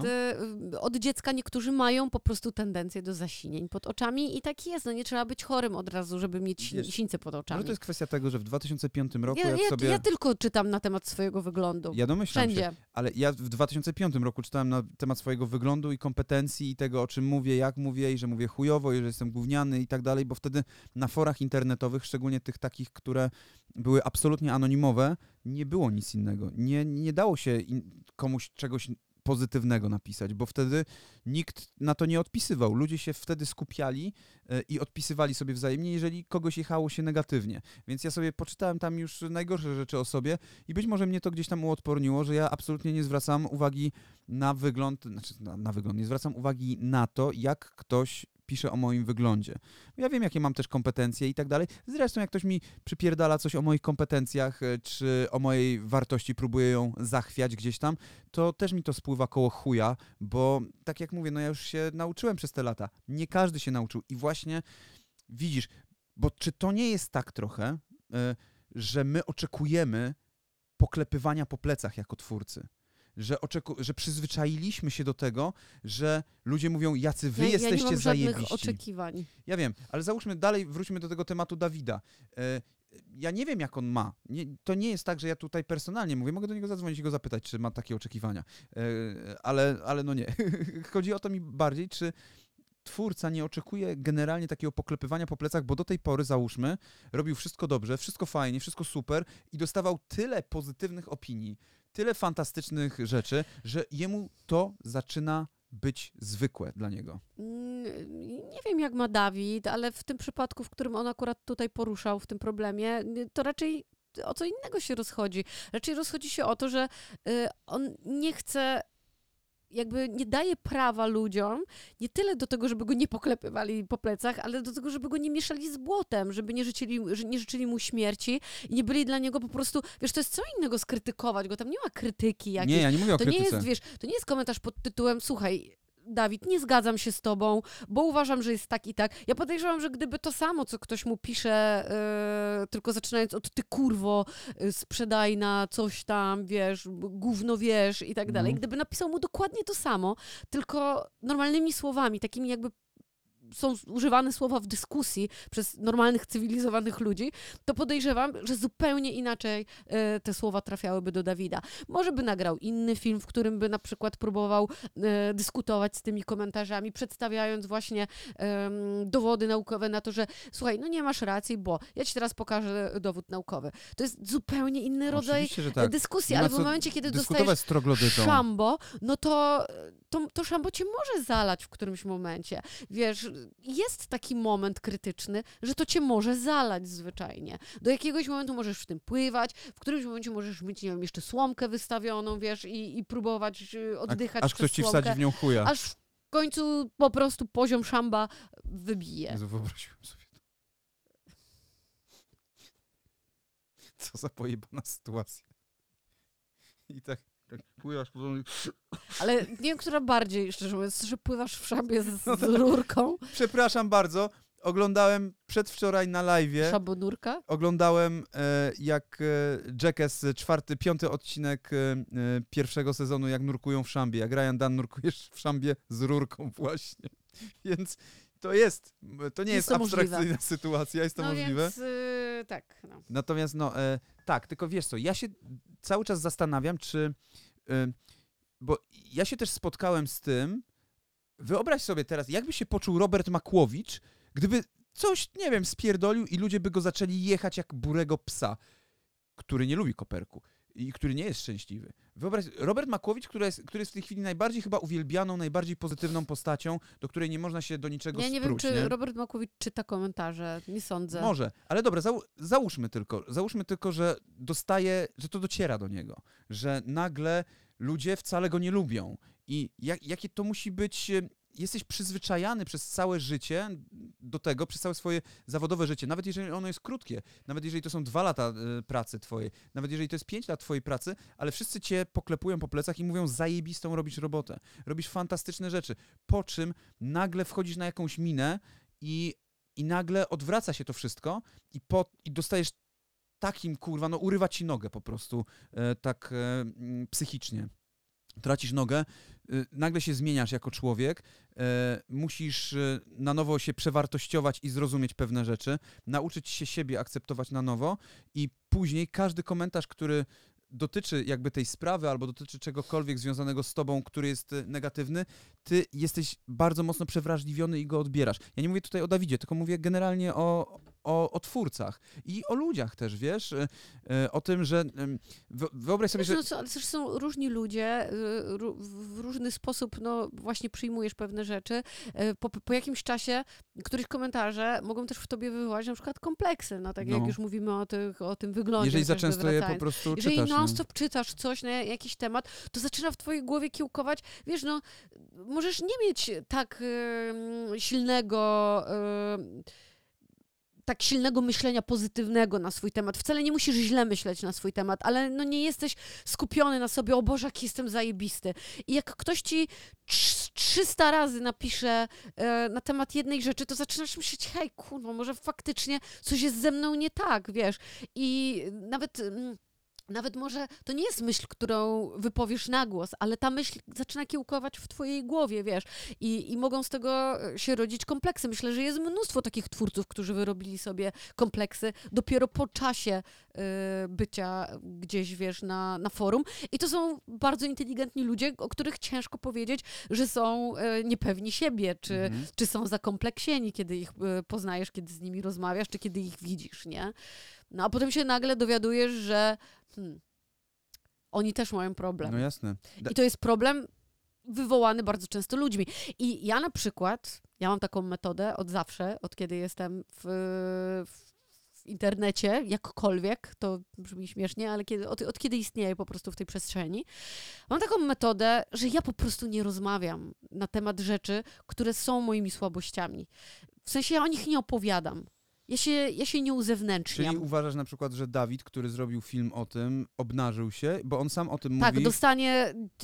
od dziecka niektórzy mają po prostu tendencję do zasinień pod oczami i tak jest. No nie trzeba być chorym od razu, żeby mieć sińce pod oczami. Może to jest kwestia tego, że w 2005 roku ja tylko czytam na temat swojego wyglądu. Ja domyślam Wszędzie. się, ale ja w 2005 roku czytałem na temat swojego wyglądu i kompetencji i tego, o czym mówię, jak mówię i że mówię chujowo i że jestem gówniany i tak dalej, bo wtedy na forach internetowych, szczególnie tych takich, które były absolutnie anonimowe, nie było nic innego. Nie dało się komuś czegoś pozytywnego napisać, bo wtedy nikt na to nie odpisywał. Ludzie się wtedy skupiali i odpisywali sobie wzajemnie, jeżeli kogoś jechało się negatywnie. Więc ja sobie poczytałem tam już najgorsze rzeczy o sobie i być może mnie to gdzieś tam uodporniło, że ja absolutnie nie zwracam uwagi na wygląd, na wygląd, nie zwracam uwagi na to, jak ktoś pisze o moim wyglądzie. Ja wiem, jakie mam też kompetencje i tak dalej. Zresztą jak ktoś mi przypierdala coś o moich kompetencjach, czy o mojej wartości, próbuje ją zachwiać gdzieś tam, to też mi to spływa koło chuja, bo tak jak mówię, no ja już się nauczyłem przez te lata. Nie każdy się nauczył i właśnie widzisz, bo czy to nie jest tak trochę, że my oczekujemy poklepywania po plecach jako twórcy? Że przyzwyczailiśmy się do tego, że ludzie mówią, jacy wy jesteście ja nie mam zajebiści. żadnych oczekiwań. Ja wiem, ale załóżmy dalej, wróćmy do tego tematu Dawida. Ja nie wiem, jak on ma. To nie jest tak, że ja tutaj personalnie mówię, mogę do niego zadzwonić i go zapytać, czy ma takie oczekiwania. Ale no nie. Chodzi o to mi bardziej, czy twórca nie oczekuje generalnie takiego poklepywania po plecach, bo do tej pory, załóżmy, robił wszystko dobrze, wszystko fajnie, wszystko super i dostawał tyle pozytywnych opinii, tyle fantastycznych rzeczy, że jemu to zaczyna być zwykłe dla niego. Nie wiem, jak ma Dawid, ale w tym przypadku, w którym on akurat tutaj poruszał w tym problemie, to raczej o co innego się rozchodzi. Raczej rozchodzi się o to, że on nie chce, jakby nie daje prawa ludziom nie tyle do tego, żeby go nie poklepywali po plecach, ale do tego, żeby go nie mieszali z błotem, żeby nie życzyli mu śmierci i nie byli dla niego po prostu, wiesz, to jest co innego skrytykować go, tam nie ma krytyki jakiejś. Nie, ja nie mówię o krytyce. To nie jest komentarz pod tytułem, słuchaj, Dawid, nie zgadzam się z tobą, bo uważam, że jest tak i tak. Ja podejrzewam, że gdyby to samo, co ktoś mu pisze, tylko zaczynając od ty kurwo, sprzedajna, coś tam, wiesz, gówno wiesz i tak dalej, gdyby napisał mu dokładnie to samo, tylko normalnymi słowami, takimi jakby są używane słowa w dyskusji przez normalnych, cywilizowanych ludzi, to podejrzewam, że zupełnie inaczej te słowa trafiałyby do Dawida. Może by nagrał inny film, w którym by na przykład próbował dyskutować z tymi komentarzami, przedstawiając właśnie dowody naukowe na to, że słuchaj, no nie masz racji, bo ja ci teraz pokażę dowód naukowy. To jest zupełnie inny rodzaj dyskusji, ale w momencie, kiedy dostajesz szambo, no to szambo cię może zalać w którymś momencie. Wiesz, jest taki moment krytyczny, że to cię może zalać zwyczajnie. Do jakiegoś momentu możesz w tym pływać, w którymś momencie możesz mieć, nie wiem, jeszcze słomkę wystawioną, wiesz, i próbować oddychać aż ktoś ci wsadzi w nią chuja. Aż w końcu po prostu poziom szamba wybije. Jezu, wyobraziłem sobie to. Co za pojebana sytuacja. I tak pływasz po prostu. Ale nie wiem, która bardziej, szczerze mówiąc, że pływasz w szambie z rurką. Przepraszam bardzo. Oglądałem przedwczoraj na live'ie. Szabonurka? Oglądałem jak Jackass 5. odcinek pierwszego sezonu, jak nurkują w szambie. Jak Ryan Dunn nurkujesz w szambie z rurką właśnie. Więc to nie jest abstrakcyjna możliwe. Sytuacja, jest to możliwe. Więc, tak. No. Natomiast tak, tylko wiesz co, ja się cały czas zastanawiam, czy bo ja się też spotkałem z tym, wyobraź sobie teraz, jakby się poczuł Robert Makłowicz, gdyby coś, nie wiem, spierdolił i ludzie by go zaczęli jechać jak burego psa, który nie lubi koperku i który nie jest szczęśliwy. Wyobraź, Robert Makłowicz, który jest w tej chwili najbardziej chyba uwielbianą, najbardziej pozytywną postacią, do której nie można się do niczego spróć. Ja nie wiem, czy Robert Makłowicz czyta komentarze, nie sądzę. Może, ale dobra, załóżmy tylko, że że to dociera do niego, że nagle ludzie wcale go nie lubią i jakie to musi być... Jesteś przyzwyczajany przez całe życie do tego, przez całe swoje zawodowe życie, nawet jeżeli ono jest krótkie, nawet jeżeli to są 2 lata pracy twojej, nawet jeżeli to jest 5 lat twojej pracy, ale wszyscy cię poklepują po plecach i mówią, zajebistą robisz robotę, robisz fantastyczne rzeczy, po czym nagle wchodzisz na jakąś minę i nagle odwraca się to wszystko i dostajesz takim, kurwa, no urywa ci nogę po prostu, tak psychicznie. Tracisz nogę, nagle się zmieniasz jako człowiek, musisz na nowo się przewartościować i zrozumieć pewne rzeczy, nauczyć się siebie akceptować na nowo i później każdy komentarz, który dotyczy jakby tej sprawy albo dotyczy czegokolwiek związanego z tobą, który jest negatywny, ty jesteś bardzo mocno przewrażliwiony i go odbierasz. Ja nie mówię tutaj o Dawidzie, tylko mówię generalnie o twórcach i o ludziach też, wiesz, o tym, że wyobraź sobie, że... No, ale też są różni ludzie, w różny sposób, no właśnie przyjmujesz pewne rzeczy. Po jakimś czasie któreś komentarze mogą też w tobie wywołać na przykład kompleksy, no tak jak już mówimy o tym wyglądzie. Jeżeli za często je po prostu czytasz. Jeżeli non-stop czytasz coś na jakiś temat, to zaczyna w twojej głowie kiełkować, wiesz, no możesz nie mieć tak silnego myślenia pozytywnego na swój temat. Wcale nie musisz źle myśleć na swój temat, ale no nie jesteś skupiony na sobie, o Boże, jaki jestem zajebisty. I jak ktoś ci 300 razy napisze na temat jednej rzeczy, to zaczynasz myśleć, hej, kurwa, może faktycznie coś jest ze mną nie tak, wiesz. I nawet może to nie jest myśl, którą wypowiesz na głos, ale ta myśl zaczyna kiełkować w twojej głowie, wiesz, i mogą z tego się rodzić kompleksy. Myślę, że jest mnóstwo takich twórców, którzy wyrobili sobie kompleksy dopiero po czasie bycia gdzieś, wiesz, na forum. I to są bardzo inteligentni ludzie, o których ciężko powiedzieć, że są niepewni siebie, czy są zakompleksieni, kiedy ich poznajesz, kiedy z nimi rozmawiasz, czy kiedy ich widzisz, nie? No a potem się nagle dowiadujesz, że oni też mają problem. No jasne. I to jest problem wywołany bardzo często ludźmi. I ja na przykład, mam taką metodę od zawsze, od kiedy jestem w internecie, jakkolwiek, to brzmi śmiesznie, ale od kiedy istnieję po prostu w tej przestrzeni, mam taką metodę, że ja po prostu nie rozmawiam na temat rzeczy, które są moimi słabościami. W sensie ja o nich nie opowiadam. Ja się nie uzewnętrzniam. Czyli uważasz na przykład, że Dawid, który zrobił film o tym, obnażył się, bo on sam o tym mówi... Tak, dostanie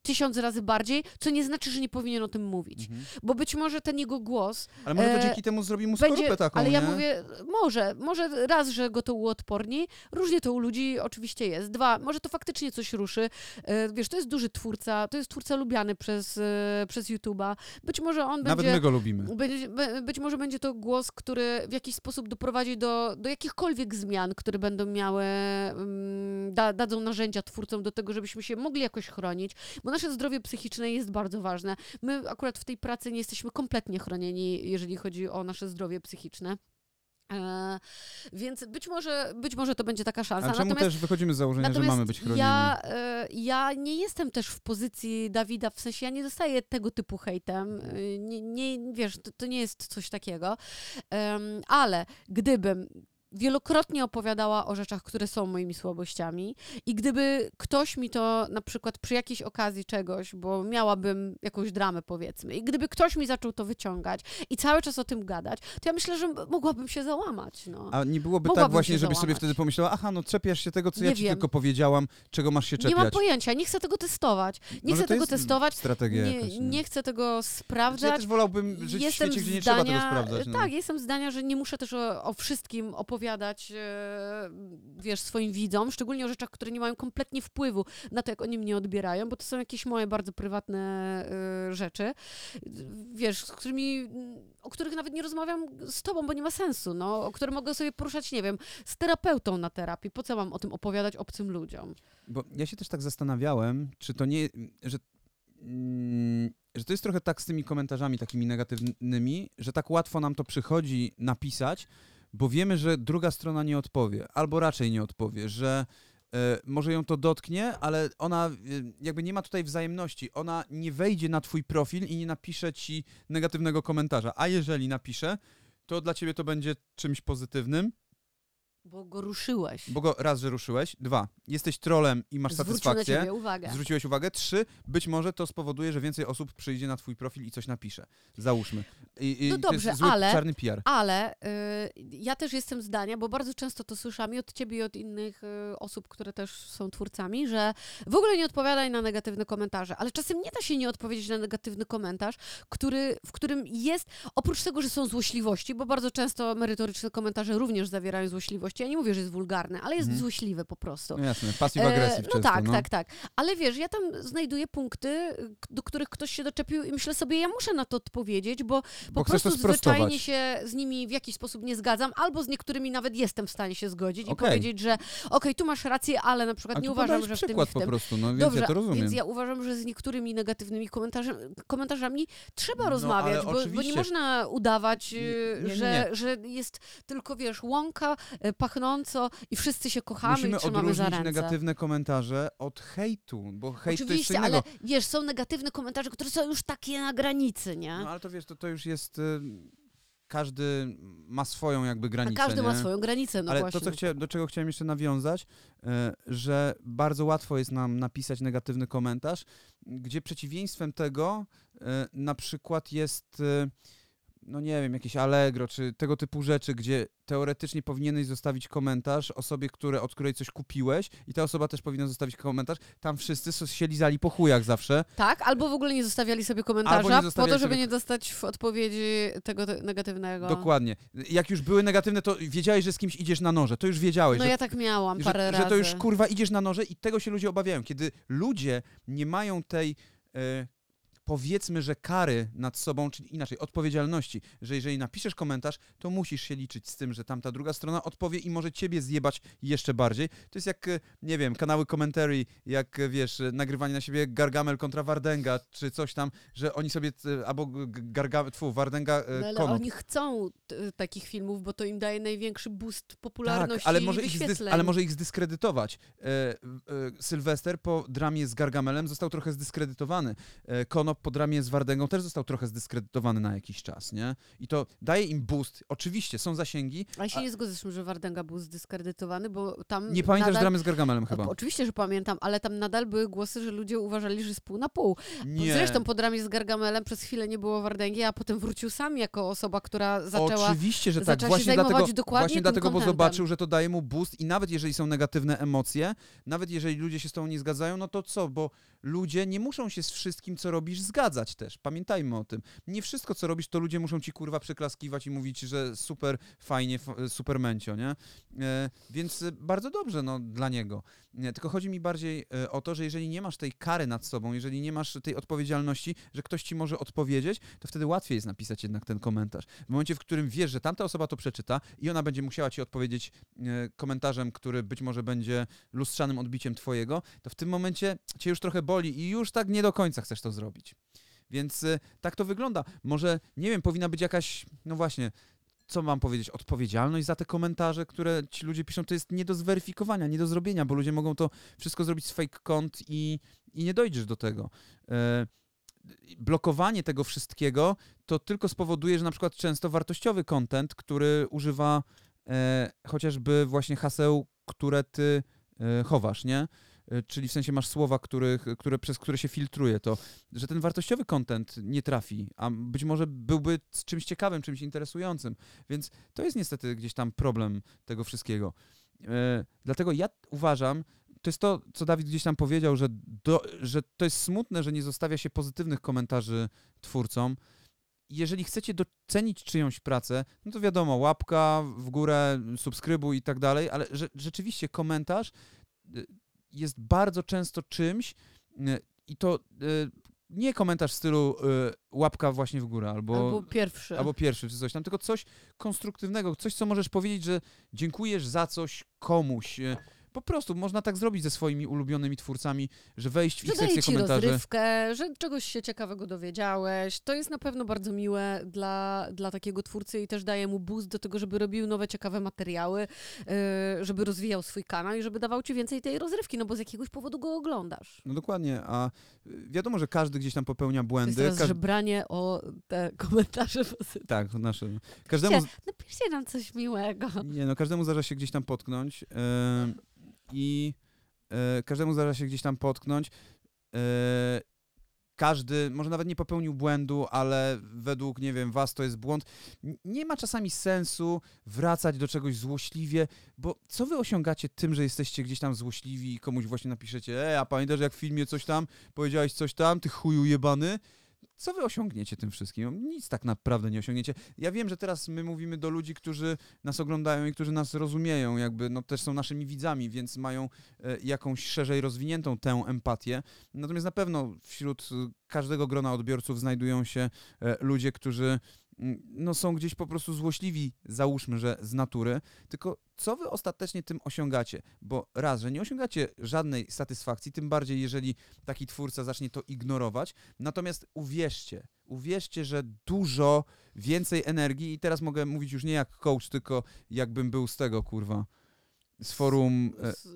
1000 razy bardziej, co nie znaczy, że nie powinien o tym mówić. Bo być może ten jego głos... Ale może to dzięki temu zrobi mu skorupę taką, ale nie? ja mówię, może raz, że go to uodporni, różnie to u ludzi oczywiście jest. 2, może to faktycznie coś ruszy. Wiesz, to jest duży twórca, to jest twórca lubiany przez YouTube'a. Być może on będzie... Nawet my go lubimy. Być może będzie to głos, który w jakiś sposób doprowadzi do jakichkolwiek zmian, które będą miały, dadzą narzędzia twórcom do tego, żebyśmy się mogli jakoś chronić, bo nasze zdrowie psychiczne jest bardzo ważne. My akurat w tej pracy nie jesteśmy kompletnie chronieni, jeżeli chodzi o nasze zdrowie psychiczne. Więc być może to będzie taka szansa. A czemu też wychodzimy z założenia, że mamy być chronieni? Ja nie jestem też w pozycji Dawida, w sensie ja nie dostaję tego typu hejtem. Wiesz, to nie jest coś takiego. Ale gdybym wielokrotnie opowiadała o rzeczach, które są moimi słabościami i gdyby ktoś mi to na przykład przy jakiejś okazji czegoś, bo miałabym jakąś dramę powiedzmy i gdyby ktoś mi zaczął to wyciągać i cały czas o tym gadać, to ja myślę, że mogłabym się załamać. No. A nie byłoby Mogłabym tak właśnie, się żebyś załamać. sobie wtedy pomyślała, aha, no czepiasz się tego, co Nie ja ci wiem. tylko powiedziałam, czego masz się czepiać. Nie mam pojęcia, nie chcę tego testować. Nie Może chcę to tego jest testować. strategia jakaś, Nie chcę tego sprawdzać. Ja też wolałbym żyć w świecie, gdzie nie trzeba tego sprawdzać. No. Tak, jestem zdania, że nie muszę też o wszystkim opowiadać, wiesz, swoim widzom, szczególnie o rzeczach, które nie mają kompletnie wpływu na to, jak oni mnie odbierają, bo to są jakieś moje bardzo prywatne rzeczy, wiesz, o których nawet nie rozmawiam z tobą, bo nie ma sensu, no, o które mogę sobie poruszać, nie wiem, z terapeutą na terapii. Po co mam o tym opowiadać obcym ludziom? Bo ja się też tak zastanawiałem, czy to nie, że to jest trochę tak z tymi komentarzami takimi negatywnymi, że tak łatwo nam to przychodzi napisać, bo wiemy, że druga strona nie odpowie, albo raczej nie odpowie, że może ją to dotknie, ale ona jakby nie ma tutaj wzajemności. Ona nie wejdzie na twój profil i nie napisze ci negatywnego komentarza. A jeżeli napisze, to dla ciebie to będzie czymś pozytywnym. Bo go ruszyłeś. Bo go raz, że ruszyłeś. 2, jesteś trolem i masz satysfakcję. Na ciebie uwagę. Zwróciłeś uwagę. 3, być może to spowoduje, że więcej osób przyjdzie na twój profil i coś napisze. Załóżmy. No dobrze, to jest zły, ale, czarny PR. Ale ja też jestem zdania, bo bardzo często to słyszałam i od ciebie i od innych osób, które też są twórcami, że w ogóle nie odpowiadaj na negatywne komentarze, ale czasem nie da się nie odpowiedzieć na negatywny komentarz, w którym jest, oprócz tego, że są złośliwości, bo bardzo często merytoryczne komentarze również zawierają złośliwości. Ja nie mówię, że jest wulgarny, ale jest złośliwy po prostu. No jasne, passive-aggressive no często. Tak. Ale wiesz, ja tam znajduję punkty, do których ktoś się doczepił i myślę sobie, ja muszę na to odpowiedzieć, bo po prostu zwyczajnie się z nimi w jakiś sposób nie zgadzam, albo z niektórymi nawet jestem w stanie się zgodzić i powiedzieć, że tu masz rację, ale na przykład nie uważam, że w tym i w tym. Po prostu, no, więc Dobrze, ja to rozumiem. więc ja uważam, że z niektórymi negatywnymi komentarzami trzeba rozmawiać, bo nie można udawać, że jest tylko, wiesz, łąka, pachnąco i wszyscy się kochamy i trzymamy za ręce. Negatywne komentarze od hejtu, bo hejt oczywiście, to jest innego. Ale wiesz, są negatywne komentarze, które są już takie na granicy, nie? No ale to wiesz, to już jest... Każdy ma swoją jakby granicę. Każdy ma swoją granicę, no ale właśnie. To, do czego chciałem jeszcze nawiązać, że bardzo łatwo jest nam napisać negatywny komentarz, gdzie przeciwieństwem tego na przykład jest... no nie wiem, jakieś Allegro, czy tego typu rzeczy, gdzie teoretycznie powinieneś zostawić komentarz osobie, od której coś kupiłeś i ta osoba też powinna zostawić komentarz. Tam wszyscy się lizali po chujach zawsze. Tak, albo w ogóle nie zostawiali sobie komentarza po to, żeby nie dostać w odpowiedzi tego negatywnego. Dokładnie. Jak już były negatywne, to wiedziałeś, że z kimś idziesz na noże. To już wiedziałeś. No ja tak miałam parę razy. Że to już kurwa idziesz na noże i tego się ludzie obawiają. Kiedy ludzie nie mają tej... powiedzmy, że kary nad sobą, czyli inaczej, odpowiedzialności, że jeżeli napiszesz komentarz, to musisz się liczyć z tym, że tamta druga strona odpowie i może ciebie zjebać jeszcze bardziej. To jest jak, nie wiem, kanały commentary, jak, wiesz, nagrywanie na siebie Gargamel kontra Wardenga, czy coś tam, że oni sobie, albo Wardenga, no, ale Konop. oni chcą takich filmów, bo to im daje największy boost popularności tak, ale może ich zdyskredytować. Sylwester po dramie z Gargamelem został trochę zdyskredytowany. Konop po dramie z Wardęgą też został trochę zdyskredytowany na jakiś czas, nie? I to daje im boost. Oczywiście, są zasięgi. Ale się nie zgodzę z tym, że Wardęga był zdyskredytowany, bo tam nie pamiętasz nadal... dramy z Gargamelem chyba? Oczywiście, że pamiętam, ale tam nadal były głosy, że ludzie uważali, że jest pół na pół. Nie. Zresztą po dramie z Gargamelem przez chwilę nie było Wardęgi, a potem wrócił sam jako osoba, która zaczęła Oczywiście, że tak. Właśnie dlatego, bo zobaczył, że to daje mu boost i nawet jeżeli są negatywne emocje, nawet jeżeli ludzie się z tobą nie zgadzają, no to co? Bo ludzie nie muszą się z wszystkim, co robisz, zgadzać też. Pamiętajmy o tym. Nie wszystko, co robisz, to ludzie muszą ci kurwa przyklaskiwać i mówić, że super fajnie, super męcio, nie? Więc bardzo dobrze, no, dla niego. Tylko chodzi mi bardziej o to, że jeżeli nie masz tej kary nad sobą, jeżeli nie masz tej odpowiedzialności, że ktoś ci może odpowiedzieć, to wtedy łatwiej jest napisać jednak ten komentarz. W momencie, w którym wiesz, że tamta osoba to przeczyta i ona będzie musiała ci odpowiedzieć komentarzem, który być może będzie lustrzanym odbiciem twojego, to w tym momencie cię już trochę boli i już tak nie do końca chcesz to zrobić. Więc tak to wygląda. Może, nie wiem, powinna być jakaś, no właśnie, co mam powiedzieć, odpowiedzialność za te komentarze, które ci ludzie piszą, to jest nie do zweryfikowania, nie do zrobienia, bo ludzie mogą to wszystko zrobić z fake kont i nie dojdziesz do tego. Blokowanie tego wszystkiego to tylko spowoduje, że na przykład często wartościowy content, który używa chociażby właśnie haseł, które ty chowasz, nie? Czyli w sensie masz słowa, przez które się filtruje to, że ten wartościowy content nie trafi, a być może byłby z czymś ciekawym, czymś interesującym. Więc to jest niestety gdzieś tam problem tego wszystkiego. Dlatego ja uważam, to jest to, co Dawid gdzieś tam powiedział, że to jest smutne, że nie zostawia się pozytywnych komentarzy twórcom. Jeżeli chcecie docenić czyjąś pracę, no to wiadomo, łapka w górę, subskrybuj i tak dalej, ale rzeczywiście komentarz jest bardzo często czymś i to nie komentarz w stylu łapka właśnie w górę albo pierwszy czy coś tam, tylko coś konstruktywnego, coś, co możesz powiedzieć, że dziękujesz za coś komuś. Po prostu można tak zrobić ze swoimi ulubionymi twórcami, że wejść w ich sekcję komentarzy. Że daje ci rozrywkę, że czegoś się ciekawego dowiedziałeś. To jest na pewno bardzo miłe dla takiego twórcy i też daje mu boost do tego, żeby robił nowe, ciekawe materiały, żeby rozwijał swój kanał i żeby dawał ci więcej tej rozrywki, no bo z jakiegoś powodu go oglądasz. No dokładnie, a wiadomo, że każdy gdzieś tam popełnia błędy. To jest teraz żebranie o te komentarze pozytywne. Tak, nasze. Napiszcie nam coś miłego. Nie, no każdemu zdarza się gdzieś tam potknąć. Każdemu zdarza się gdzieś tam potknąć. Każdy, może nawet nie popełnił błędu, ale według, nie wiem, was to jest błąd. Nie ma czasami sensu wracać do czegoś złośliwie, bo co wy osiągacie tym, że jesteście gdzieś tam złośliwi i komuś właśnie napiszecie, a pamiętasz jak w filmie coś tam, powiedziałeś coś tam, ty chuju jebany? Co wy osiągniecie tym wszystkim? Nic tak naprawdę nie osiągniecie. Ja wiem, że teraz my mówimy do ludzi, którzy nas oglądają i którzy nas rozumieją, jakby no też są naszymi widzami, więc mają jakąś szerzej rozwiniętą tę empatię. Natomiast na pewno wśród każdego grona odbiorców znajdują się ludzie, którzy no są gdzieś po prostu złośliwi, załóżmy, że z natury, tylko co wy ostatecznie tym osiągacie? Bo raz, że nie osiągacie żadnej satysfakcji, tym bardziej jeżeli taki twórca zacznie to ignorować, natomiast uwierzcie, że dużo więcej energii i teraz mogę mówić już nie jak coach, tylko jakbym był z tego, kurwa, z forum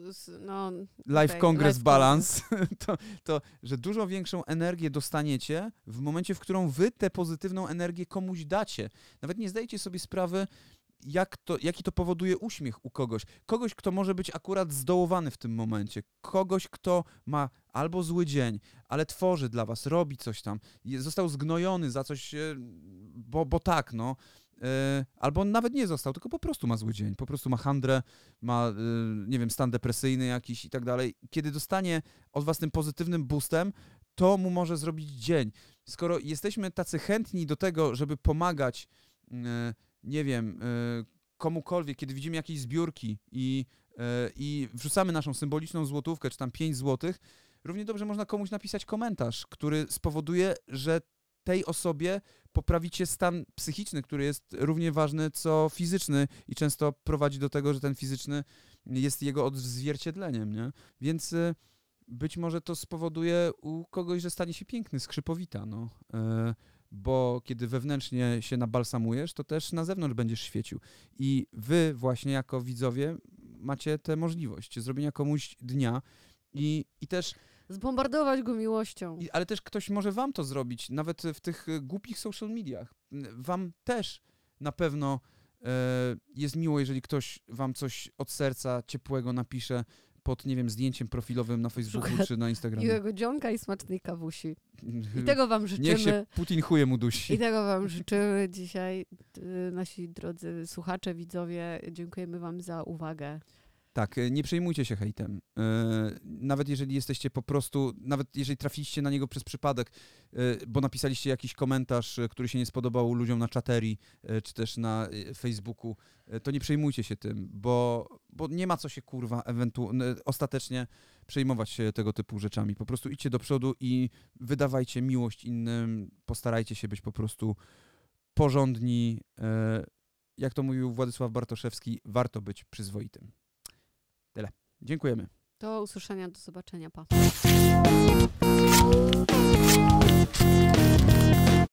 Life Congress Balance, to, że dużo większą energię dostaniecie w momencie, w którą wy tę pozytywną energię komuś dacie. Nawet nie zdajecie sobie sprawy, jaki to powoduje uśmiech u kogoś. Kogoś, kto może być akurat zdołowany w tym momencie. Kogoś, kto ma albo zły dzień, ale tworzy dla was, robi coś tam. Został zgnojony za coś, bo tak, no. Albo nawet nie został, tylko po prostu ma zły dzień, po prostu ma handrę, ma, nie wiem, stan depresyjny jakiś i tak dalej. Kiedy dostanie od was tym pozytywnym boostem, to mu może zrobić dzień. Skoro jesteśmy tacy chętni do tego, żeby pomagać, nie wiem, komukolwiek, kiedy widzimy jakieś zbiórki i wrzucamy naszą symboliczną złotówkę, czy tam 5 złotych, równie dobrze można komuś napisać komentarz, który spowoduje, że tej osobie poprawicie stan psychiczny, który jest równie ważny co fizyczny i często prowadzi do tego, że ten fizyczny jest jego odzwierciedleniem, nie? Więc być może to spowoduje u kogoś, że stanie się piękny, skrzypowita, no. Bo kiedy wewnętrznie się nabalsamujesz, to też na zewnątrz będziesz świecił. I wy właśnie jako widzowie macie tę możliwość zrobienia komuś dnia i też zbombardować go miłością. Ale też ktoś może wam to zrobić, nawet w tych głupich social mediach. Wam też na pewno jest miło, jeżeli ktoś wam coś od serca ciepłego napisze pod, nie wiem, zdjęciem profilowym na Facebooku czy na Instagramie. Miłego dzionka i smacznej kawusi. I tego wam życzymy. Niech się Putin chuje mu dusi. I tego wam życzymy dzisiaj, nasi drodzy słuchacze, widzowie. Dziękujemy wam za uwagę. Tak, nie przejmujcie się hejtem. Nawet jeżeli jesteście po prostu, nawet jeżeli trafiliście na niego przez przypadek, bo napisaliście jakiś komentarz, który się nie spodobał ludziom na Chatterii, czy też na Facebooku, to nie przejmujcie się tym, bo nie ma co się kurwa ostatecznie przejmować się tego typu rzeczami. Po prostu idźcie do przodu i wydawajcie miłość innym, postarajcie się być po prostu porządni. Jak to mówił Władysław Bartoszewski, warto być przyzwoitym. Tyle. Dziękujemy. Do usłyszenia, do zobaczenia, pa.